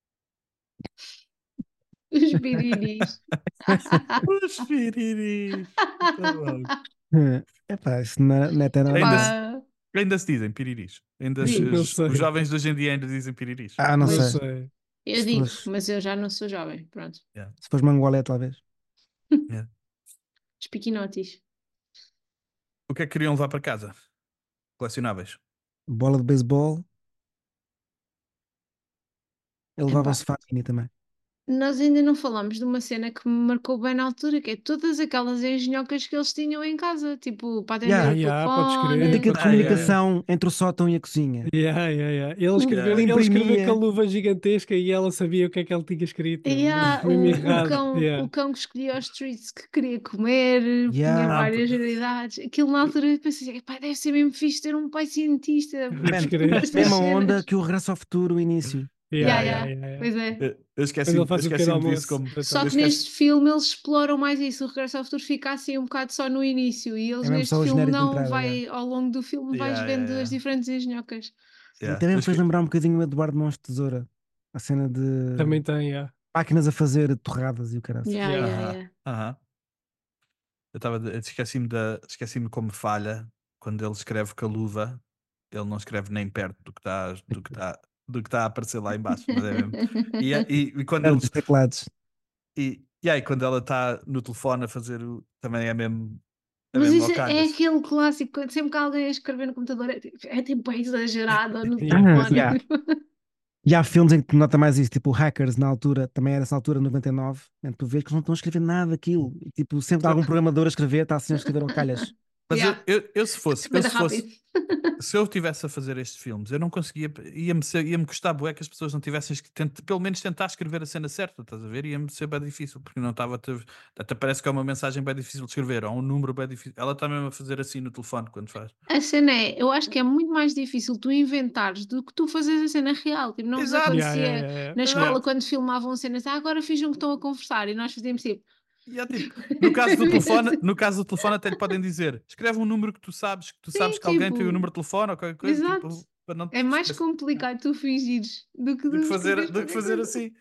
Os biriris. Os piriris. Tá bom. Epá, isso não é até Ainda, normal. se- Pá, ainda se dizem piriris. Não sei. Os jovens de hoje em dia ainda dizem piriris. Ah, não Não sei. sei. eu Se digo, fores, mas eu já não sou jovem. Pronto. Yeah, se fores Mangolé, talvez. yeah. Os piquinotes. O que é que queriam levar para casa? Colecionáveis. Bola de beisebol. Ele levava o Epá, Sofá Mini também. Nós ainda não falámos de uma cena que me marcou bem na altura, que é todas aquelas engenhocas que eles tinham em casa, tipo, para atender Yeah. o Podes A crer. telefone. dica de Ah, yeah, comunicação entre o sótão e a cozinha. Ele escrever, Ele ele escrever imprimia. com a luva gigantesca e ela sabia o que é que ele tinha escrito. Mesmo O errado. o cão que escolhia os treats que queria comer, tinha Yeah. várias variedades. Aquilo na altura eu pensei assim, "Epá, deve ser mesmo fixe ter um pai cientista. Podes Man, crer. Estas mesma cenas." onda que o Regresso ao Futuro, o início. Pois é. Eu Quando ele esqueci-me faz o pequeno esqueci disso almoço. como. Só Eu que esqueci. neste filme eles exploram mais isso. O Regresso ao Futuro fica assim um bocado só no início e eles É mesmo neste só o filme genérico de não entrada. vai, ao longo do filme vais Yeah, vendo yeah, as diferentes engenhocas. yeah. Até mesmo Eu me fez esque- lembrar um bocadinho o Eduardo Mãos de Tesoura. A cena de Também tem, máquinas a fazer torradas e o caralho. Yeah. Aham, aham. Esqueci-me como falha quando ele escreve com a luva, ele não escreve nem perto do que está a aparecer lá em baixo, mas é mesmo. E quando Era ele dos teclados. e quando ela está no telefone a fazer também é Mas mesmo isso ao é calhas. aquele clássico, quando sempre que alguém a escrever no computador é tipo bem exagerado ou no Yeah. telefone. Yeah. E há filmes em que nota mais isso, tipo Hackers na altura, também era essa altura, 99, em que tu vês que eles não estão a escrever nada daquilo. E, tipo, sempre há algum programador a escrever, está assim a escrever ao calhas. Mas Yeah. eu se fosse, Super rápido. se eu tivesse a fazer estes filmes, eu não conseguia, ia-me custar bué que as pessoas não tivessem pelo menos tentar escrever a cena certa, estás a ver? Ia-me ser bem difícil, porque não estava até parece que é uma mensagem bem difícil de escrever, ou um número bem difícil. Ela está mesmo a fazer assim no telefone quando faz. A cena é, eu acho que é muito mais difícil tu inventares do que tu fazeres a cena real. Tipo, não vos Exato. acontecia na escola Exato. quando filmavam cenas, agora finjam que estão a conversar e nós fazíamos tipo. E é tipo, no caso do telefone até lhe podem dizer, escreve um número que tu sabes Sim, que alguém tipo, tem o número de telefone ou qualquer coisa, exato. tipo, para não É mais complicado tu fingires do que tu escreveres do que qualquer fazer coisa. assim.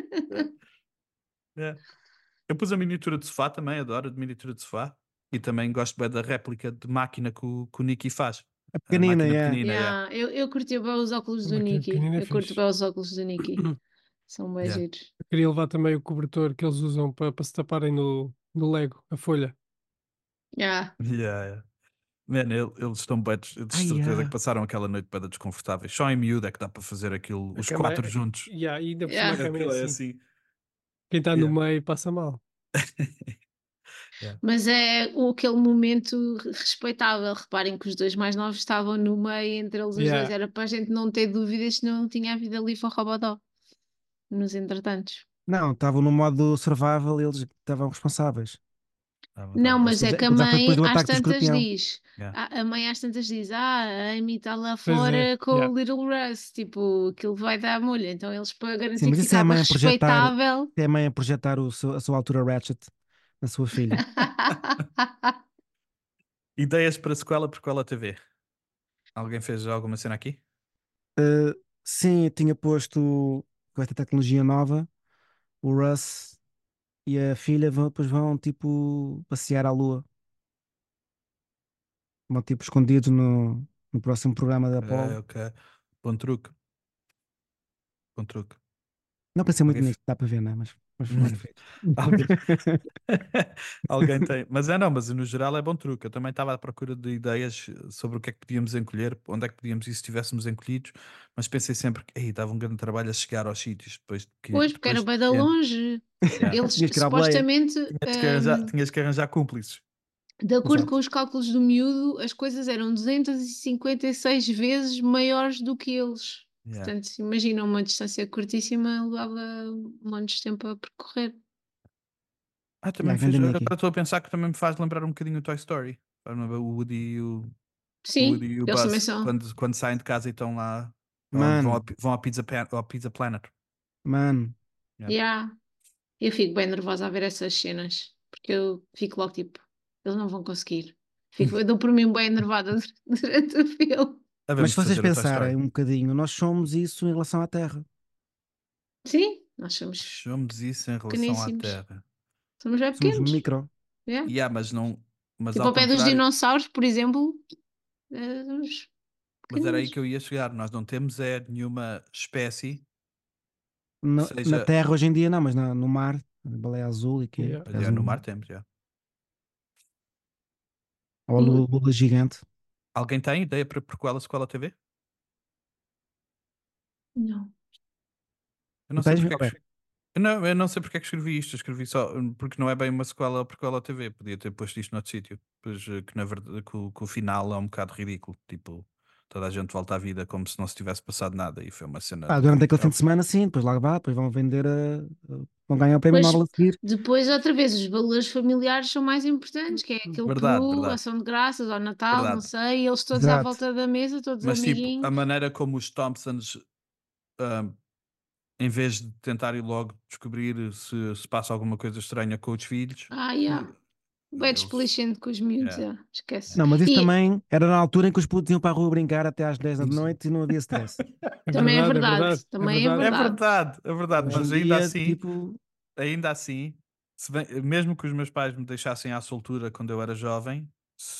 É. Eu pus a miniatura de sofá também, adoro a de miniatura de sofá. E também gosto bem da réplica de máquina que o Nicky faz. A A pequenina, máquina yeah. pequenina, yeah. Eu curti bem os óculos do Máquina Nicky. pequenina é Eu curto fixe. bem os óculos do Nicky. São bem Yeah. giros. Eu queria levar também o cobertor que eles usam para se taparem no Lego, a folha. Yeah. Yeah, yeah. Man, eles estão bem, de Ai, certeza yeah. que passaram aquela noite bem desconfortáveis. Só em miúdo é que dá para fazer aquilo, A os cama quatro é- juntos. E ainda por Yeah. cima a cama é Aquilo é assim. assim. Quem está no Yeah. meio passa mal. Yeah. Mas é aquele momento respeitável. Reparem que os dois mais novos estavam no meio entre eles os dois. Yeah. Era para a gente não ter dúvidas se não tinha havido ali forrobodó nos entretantos. Não, estavam no modo survival e eles estavam responsáveis. Não, mas é que a Já foi mãe depois do às ataque do tantas escorpião. diz. Yeah. A mãe às tantas diz: a Amy está lá Pois fora é, com yeah. o Little Russ. Tipo, aquilo vai dar molho. Então eles, para Sim, garantir mas que isso é a ficava mãe a projetar, respeitável. é a mãe a projetar a sua altura Ratchet na sua filha. Ideias para sequela prequela TV? Alguém fez alguma cena aqui? Sim, eu tinha posto com esta tecnologia nova, o Russ e a filha depois vão tipo passear à lua. Vão tipo escondidos no próximo programa da Apollo. Ok. Bom truque. Bom truque. Não pensei muito Alguém nisso, dá para ver, não é? Mas foi feito. Alguém... Alguém tem. Mas no geral é bom truque. Eu também estava à procura de ideias sobre o que é que podíamos encolher, onde é que podíamos ir se estivéssemos encolhidos, mas pensei sempre que ei, dava um grande trabalho a chegar aos sítios Pois, porque era depois bem da longe. Yeah. Eles Tinhas que ir à boleia. supostamente, Tinhas que arranjar cúmplices. de acordo Exato. com os cálculos do miúdo, as coisas eram 256 vezes maiores do que eles. Yeah. Portanto, imagina uma distância curtíssima, levava montes de tempo a percorrer. Também me Yeah, grande agora Nicky. estou a pensar que também me faz lembrar um bocadinho o Toy Story. O Woody Sim, e o eles também Buzz, são. quando saem de casa e estão lá, Mano, vão ao Pizza Planet. mano. Yeah. Yeah. Eu fico bem nervosa a ver essas cenas, porque eu fico logo tipo, eles não vão conseguir. Eu dou por mim bem enervada durante o filme. Mas Havemos se de vocês fazer o Toy Story. pensarem um bocadinho, nós somos isso em relação à Terra. Sim, nós somos Somos isso em relação à pequeníssimos. Terra. Somos bem Somos pequenos. micro. Yeah. Yeah, mas Tipo, ao ao pé dos contrário, dinossauros, por exemplo, somos mas era aí pequeninos. que eu ia chegar. Nós não temos nenhuma espécie que Na seja. Terra hoje em dia não, mas no mar, a baleia azul e que Yeah. Mas no mar temos, já. ou a lula gigante. Alguém tem ideia para prequela, sequela TV? Não. Eu não Tu sei tens, porque é que. Roberto? Eu não sei porque é que escrevi isto. Eu escrevi só porque não é bem uma sequela ou prequela ao TV. Podia ter posto isto noutro sítio. Pois que na verdade que o final é um bocado ridículo. Tipo, toda a gente volta à vida como se não se tivesse passado nada. E foi uma cena. Durante aquele fim de semana, sim, depois lá vai, depois vão vender vão ganhar o prémio Depois, Nobel a seguir. depois, outra vez, os valores familiares são mais importantes, que é aquele Verdade, peru, verdade, ação de graças, ao Natal, não verdade. sei, eles todos à Exato. volta da mesa, todos Mas tipo, a amiguinhos. maneira como os Thompsons, ah, em vez de tentar ir logo descobrir se passa alguma coisa estranha com os filhos, Yeah. Bem eles. desplicente com os miúdos, Yeah, esquece. Não, mas isso E também era na altura em que os putos iam para a rua brincar até às 10 da noite e não havia stress. também é É verdade, verdade, é também é verdade. é verdade. verdade, é verdade. Hoje em Mas dia, tipo, ainda assim, mesmo que os meus pais me deixassem à soltura quando eu era jovem,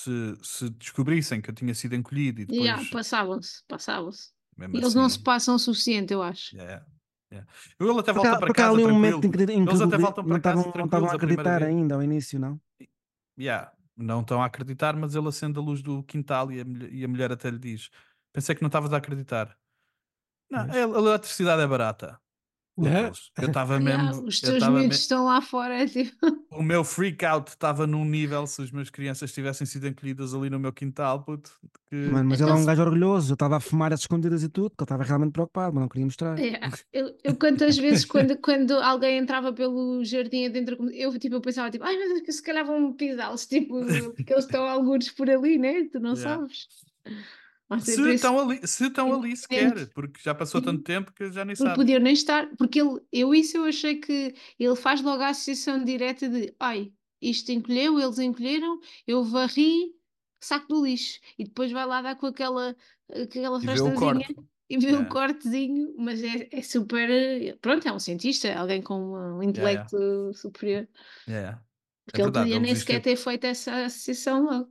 se descobrissem que eu tinha sido encolhido e depois, Passavam-se. mesmo E eles não se assim, passam o suficiente, eu acho. yeah, yeah. Ele até porque volta há, para porque há casa ali um momento tranquilo. em que Eles até voltam para casa não estavam tranquilos a a primeira acreditar vez. ainda ao início, não? Yeah, não estão a acreditar, mas ele acende a luz do quintal e a mulher até lhe diz: Pensei que não estavas a acreditar. Não, Pois. a eletricidade é barata. É. Eu estava Os eu teus estava miúdos estão lá fora, tipo. o meu freak out estava num nível se as minhas crianças tivessem sido encolhidas ali no meu quintal, puto, que Mas ele é Então, um gajo orgulhoso. Eu estava a fumar às escondidas e tudo, porque ele estava realmente preocupado, mas não queria mostrar. eu quantas vezes quando alguém entrava pelo jardim adentro, eu pensava tipo, ai meu Deus, que se calhar vão pisá-los, tipo, porque eles estão algures por ali, né? Tu não yeah. sabes. Não sei, por isso, Se estão ali sequer, independente, porque já passou tanto sim, tempo que já nem porque sabes. podiam nem estar, porque eu achei que ele faz logo a associação direta de, ai, isto encolheu, eles encolheram, eu varri, saco do lixo, e depois vai lá dar com aquela E vê o frastazinha corte. e vê o Yeah, cortezinho, mas é super, pronto, é um cientista, é alguém com um yeah, yeah, intelecto superior, yeah. É porque ele verdade, podia ele nem devia sequer ter feito essa associação logo.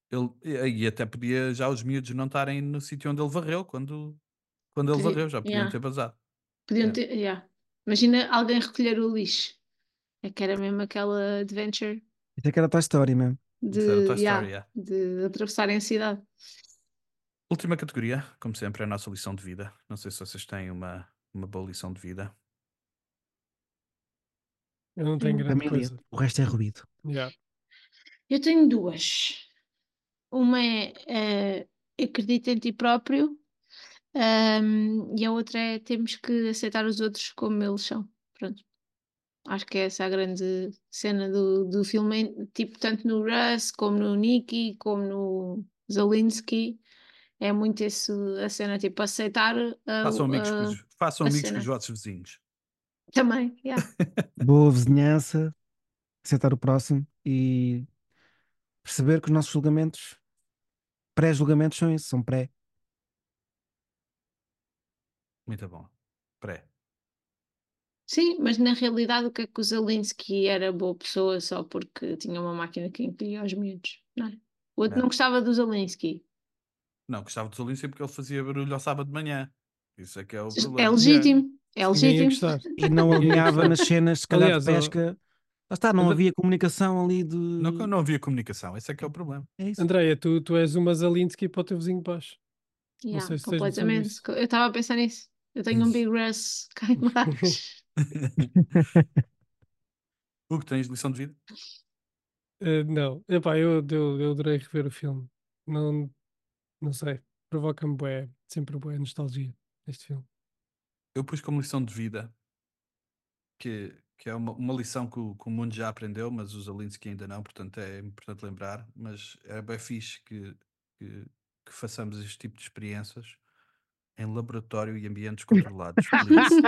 e até podia já os miúdos não estarem no sítio onde ele varreu quando ele varreu, já podiam Yeah, ter vazado. podiam Yeah. ter, yeah. Imagina alguém recolher o lixo. É que era mesmo aquela adventure Isso é que era a tua história mesmo. Isso era Toy Story, yeah, yeah. de atravessarem a cidade. Última categoria, como sempre, é a nossa lição de vida. Não sei se vocês têm uma boa lição de vida. Eu não tenho grande Família, coisa. o resto é ruído. Yeah. Eu tenho duas. Uma acredita em ti próprio, e a outra é temos que aceitar os outros como eles são. Pronto. Acho que é essa a grande cena do filme, tipo, tanto no Russ, como no Nicky, como no Zelensky. É muito isso, a cena, tipo, aceitar Façam a amigos com os cena. vossos vizinhos. Também, yeah. Boa vizinhança, aceitar o próximo e perceber que os nossos julgamentos, pré-julgamentos são isso, são pré. Muito bom. Pré. Sim, mas na realidade o que é que o Zelensky era boa pessoa só porque tinha uma máquina que encolhia aos miúdos, não é? O outro É. não gostava do Zelensky. Não, gostava de Solícia porque ele fazia barulho ao sábado de manhã. Isso é que é o É problema. Yeah. legítimo, é Ninguém ia legítimo. gostar. E não Ninguém ia alinhava gostar. nas cenas, se calhar, de Aliás, pesca. Lá está, não André- havia comunicação ali Não, de. não havia comunicação. Esse é que é o problema. É isso. Andréia, tu és uma Zalinsky para o teu vizinho de baixo. Não Yeah, sei se tens noção completamente. disso. Eu estava a pensar nisso. Eu tenho um Big Russ cá em baixo. O que tens lição de vida? Não, epá, eu adorei rever o filme. Não, não sei, provoca-me bué, sempre bué nostalgia este filme. Eu pus como lição de vida que é uma lição que o mundo já aprendeu, mas os Alinsky ainda não, portanto é importante lembrar. Mas é bem fixe que, que façamos este tipo de experiências em laboratório e ambientes controlados. Please,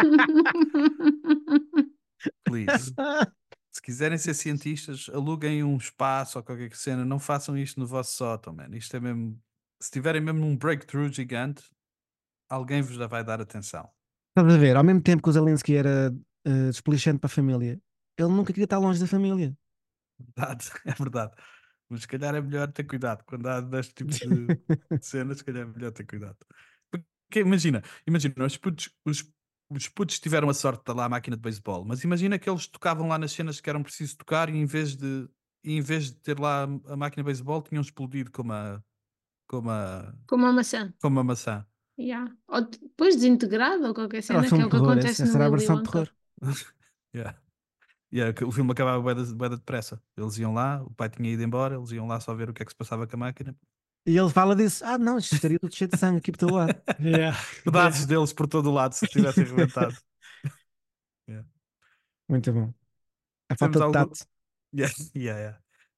please. Se quiserem ser cientistas, aluguem um espaço ou qualquer cena, não façam isto no vosso sótão, man. Isto é mesmo. Se tiverem mesmo um breakthrough gigante, alguém vos já vai dar atenção. Estás a ver, ao mesmo tempo que o Zelensky era desplicente para a família, ele nunca queria estar longe da família. Verdade, é verdade. Mas se calhar é melhor ter cuidado. Quando há deste tipo de cenas, se calhar é melhor ter cuidado. Porque imagina, os putos tiveram a sorte de estar lá a máquina de beisebol, mas imagina que eles tocavam lá nas cenas que eram preciso tocar e em vez de ter lá a máquina de beisebol, tinham explodido como a, Como a maçã. como uma maçã. Yeah. Ou depois desintegrado ou qualquer Era o cena, que filme é de o que terror, acontece essa no era a Willy versão de Wonka. terror. Yeah. Yeah, que o filme acabava bué da depressa. Eles iam lá, o pai tinha ido embora, eles iam lá só ver o que é que se passava com a máquina. E ele fala disso: ah, não, isto estaria tudo cheio de sangue aqui por todo lado. Yeah. Pedaços deles por todo o lado se tivessem arrebentado. Yeah. Muito bom. A Temos falta de algo. tato. Yeah, yeah, yeah.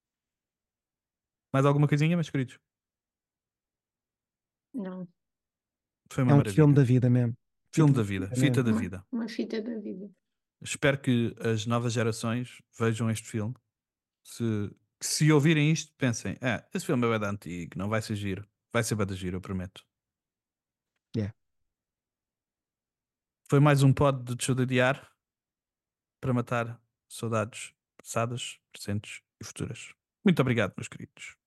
Mais alguma coisinha, meus queridos? Não, Foi É uma um filme maravilha. da vida mesmo. Filme Fita da da vida, vida fita mesmo. da vida. uma fita da vida. Espero que as novas gerações vejam este filme. Se ouvirem isto, pensem: esse filme é bué da antigo, não vai ser giro. Vai ser bué da giro, eu prometo. Yeah. Foi mais um pod de Show de Diar para matar saudades passadas, presentes e futuras. Muito obrigado, meus queridos.